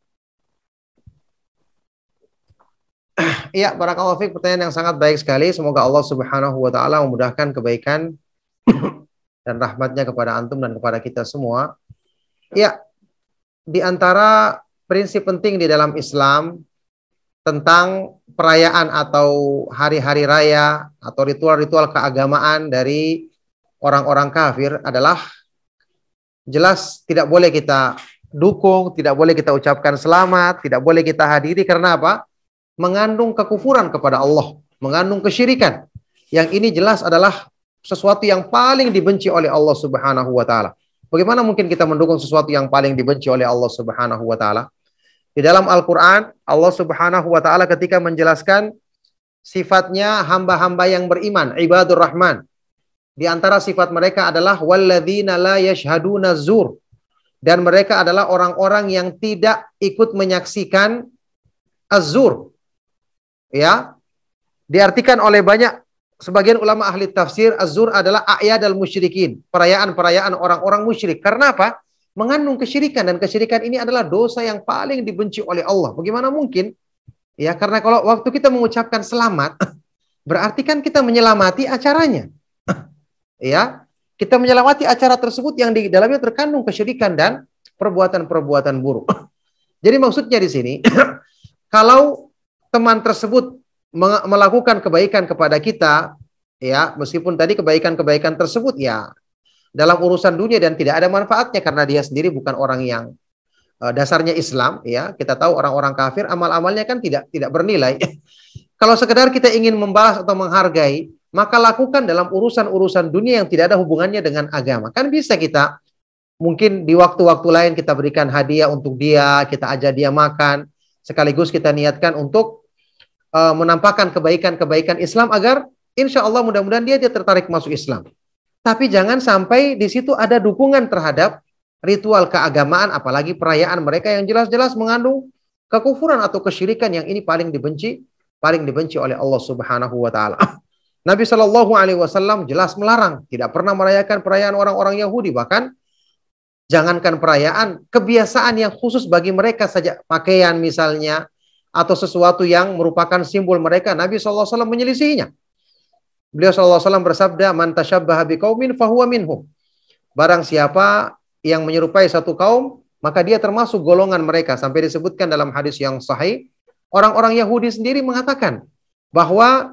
Iya, barakallahu fiik, pertanyaan yang sangat baik sekali. Semoga Allah Subhanahu wa taala memudahkan kebaikan dan rahmatnya kepada antum dan kepada kita semua. Ya, di antara prinsip penting di dalam Islam tentang perayaan atau hari-hari raya atau ritual-ritual keagamaan dari orang-orang kafir adalah jelas tidak boleh kita dukung, tidak boleh kita ucapkan selamat, tidak boleh kita hadiri karena apa? Mengandung kekufuran kepada Allah, mengandung kesyirikan. Yang ini jelas adalah sesuatu yang paling dibenci oleh Allah Subhanahu wa taala. Bagaimana mungkin kita mendukung sesuatu yang paling dibenci oleh Allah Subhanahu wa taala? Di dalam Al-Qur'an, Allah Subhanahu wa taala ketika menjelaskan sifatnya hamba-hamba yang beriman, ibadur rahman. Di antara sifat mereka adalah walladzina la yashhaduna zur. Dan mereka adalah orang-orang yang tidak ikut menyaksikan az-zur. Ya, diartikan oleh sebagian ulama ahli tafsir, az-zur adalah a'yadal musyrikin, perayaan-perayaan orang-orang musyrik. Karena apa? Mengandung kesyirikan, dan kesyirikan ini adalah dosa yang paling dibenci oleh Allah. Bagaimana mungkin? Ya, karena kalau waktu kita mengucapkan selamat, berarti kan kita menyelamati acaranya. Ya, kita menyelamati acara tersebut yang di dalamnya terkandung kesyirikan dan perbuatan-perbuatan buruk. Jadi maksudnya di sini, kalau teman tersebut melakukan kebaikan kepada kita, ya meskipun tadi kebaikan-kebaikan tersebut ya dalam urusan dunia dan tidak ada manfaatnya karena dia sendiri bukan orang yang dasarnya Islam, ya kita tahu orang-orang kafir amal-amalnya kan tidak bernilai. Kalau sekedar kita ingin membalas atau menghargai, maka lakukan dalam urusan-urusan dunia yang tidak ada hubungannya dengan agama. Kan bisa kita mungkin di waktu-waktu lain kita berikan hadiah untuk dia, kita ajak dia makan, sekaligus kita niatkan untuk menampakkan kebaikan-kebaikan Islam agar insya Allah mudah-mudahan dia tertarik masuk Islam. Tapi jangan sampai di situ ada dukungan terhadap ritual keagamaan, apalagi perayaan mereka yang jelas-jelas mengandung kekufuran atau kesyirikan yang ini paling dibenci oleh Allah Subhanahu wa taala. Nabi Shallallahu alaihi wasallam jelas melarang, tidak pernah merayakan perayaan orang-orang Yahudi, bahkan jangankan perayaan, kebiasaan yang khusus bagi mereka saja, pakaian misalnya atau sesuatu yang merupakan simbol mereka, Nabi SAW menyelisihinya. Beliau SAW bersabda, "Man tashabbaha biqaumin fahuwa minhum." Barang siapa yang menyerupai satu kaum, maka dia termasuk golongan mereka. Sampai disebutkan dalam hadis yang sahih, orang-orang Yahudi sendiri mengatakan bahwa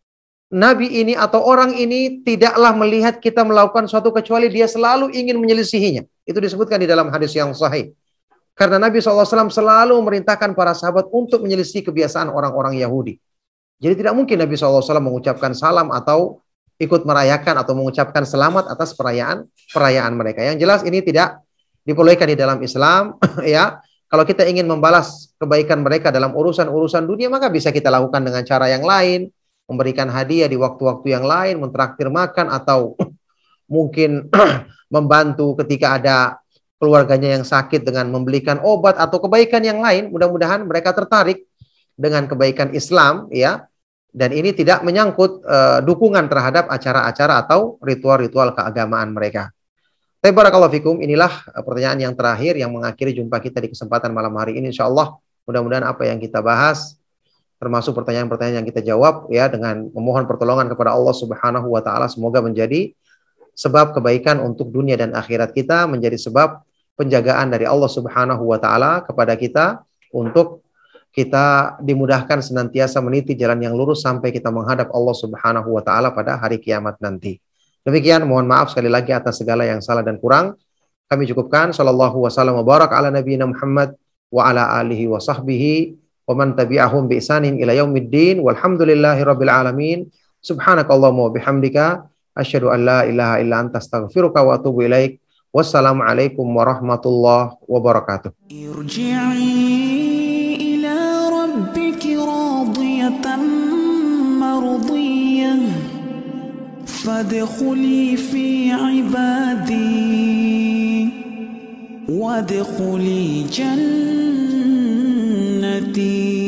Nabi ini atau orang ini tidaklah melihat kita melakukan suatu kecuali dia selalu ingin menyelisihinya. Itu disebutkan di dalam hadis yang sahih. Karena Nabi SAW selalu memerintahkan para sahabat untuk menyelisih kebiasaan orang-orang Yahudi. Jadi tidak mungkin Nabi SAW mengucapkan salam atau ikut merayakan atau mengucapkan selamat atas perayaan mereka. Yang jelas ini tidak dibolehkan di dalam Islam. Ya, kalau kita ingin membalas kebaikan mereka dalam urusan-urusan dunia, maka bisa kita lakukan dengan cara yang lain, memberikan hadiah di waktu-waktu yang lain, mentraktir makan, atau mungkin membantu ketika ada keluarganya yang sakit dengan membelikan obat atau kebaikan yang lain. Mudah-mudahan mereka tertarik dengan kebaikan Islam, ya. Dan ini tidak menyangkut dukungan terhadap acara-acara atau ritual-ritual keagamaan mereka. Tapi barakallahu fikum, inilah pertanyaan yang terakhir yang mengakhiri jumpa kita di kesempatan malam hari ini. Insyaallah mudah-mudahan apa yang kita bahas termasuk pertanyaan-pertanyaan yang kita jawab ya dengan memohon pertolongan kepada Allah Subhanahu wa taala, semoga menjadi sebab kebaikan untuk dunia dan akhirat kita, menjadi sebab penjagaan dari Allah Subhanahu wa taala kepada kita untuk kita dimudahkan senantiasa meniti jalan yang lurus sampai kita menghadap Allah Subhanahu wa taala pada hari kiamat nanti. Demikian, mohon maaf sekali lagi atas segala yang salah dan kurang. Kami cukupkan. Sallallahu wasallam wa barak ala nabiyina Muhammad wa ala alihi wa sahbihi wa man tabi'ahum bi ihsanin ila yaumiddin walhamdulillahi rabbil alamin. Subhanakallahumma wa bihamdika asyhadu an la ilaha illa anta astaghfiruka wa atubu ilaik. Wassalamualaikum warahmatullahi wabarakatuh. Irji'i ila rabbiki radiyatan mardiyah fadkhuli fi ibadi wadkhuli jannati.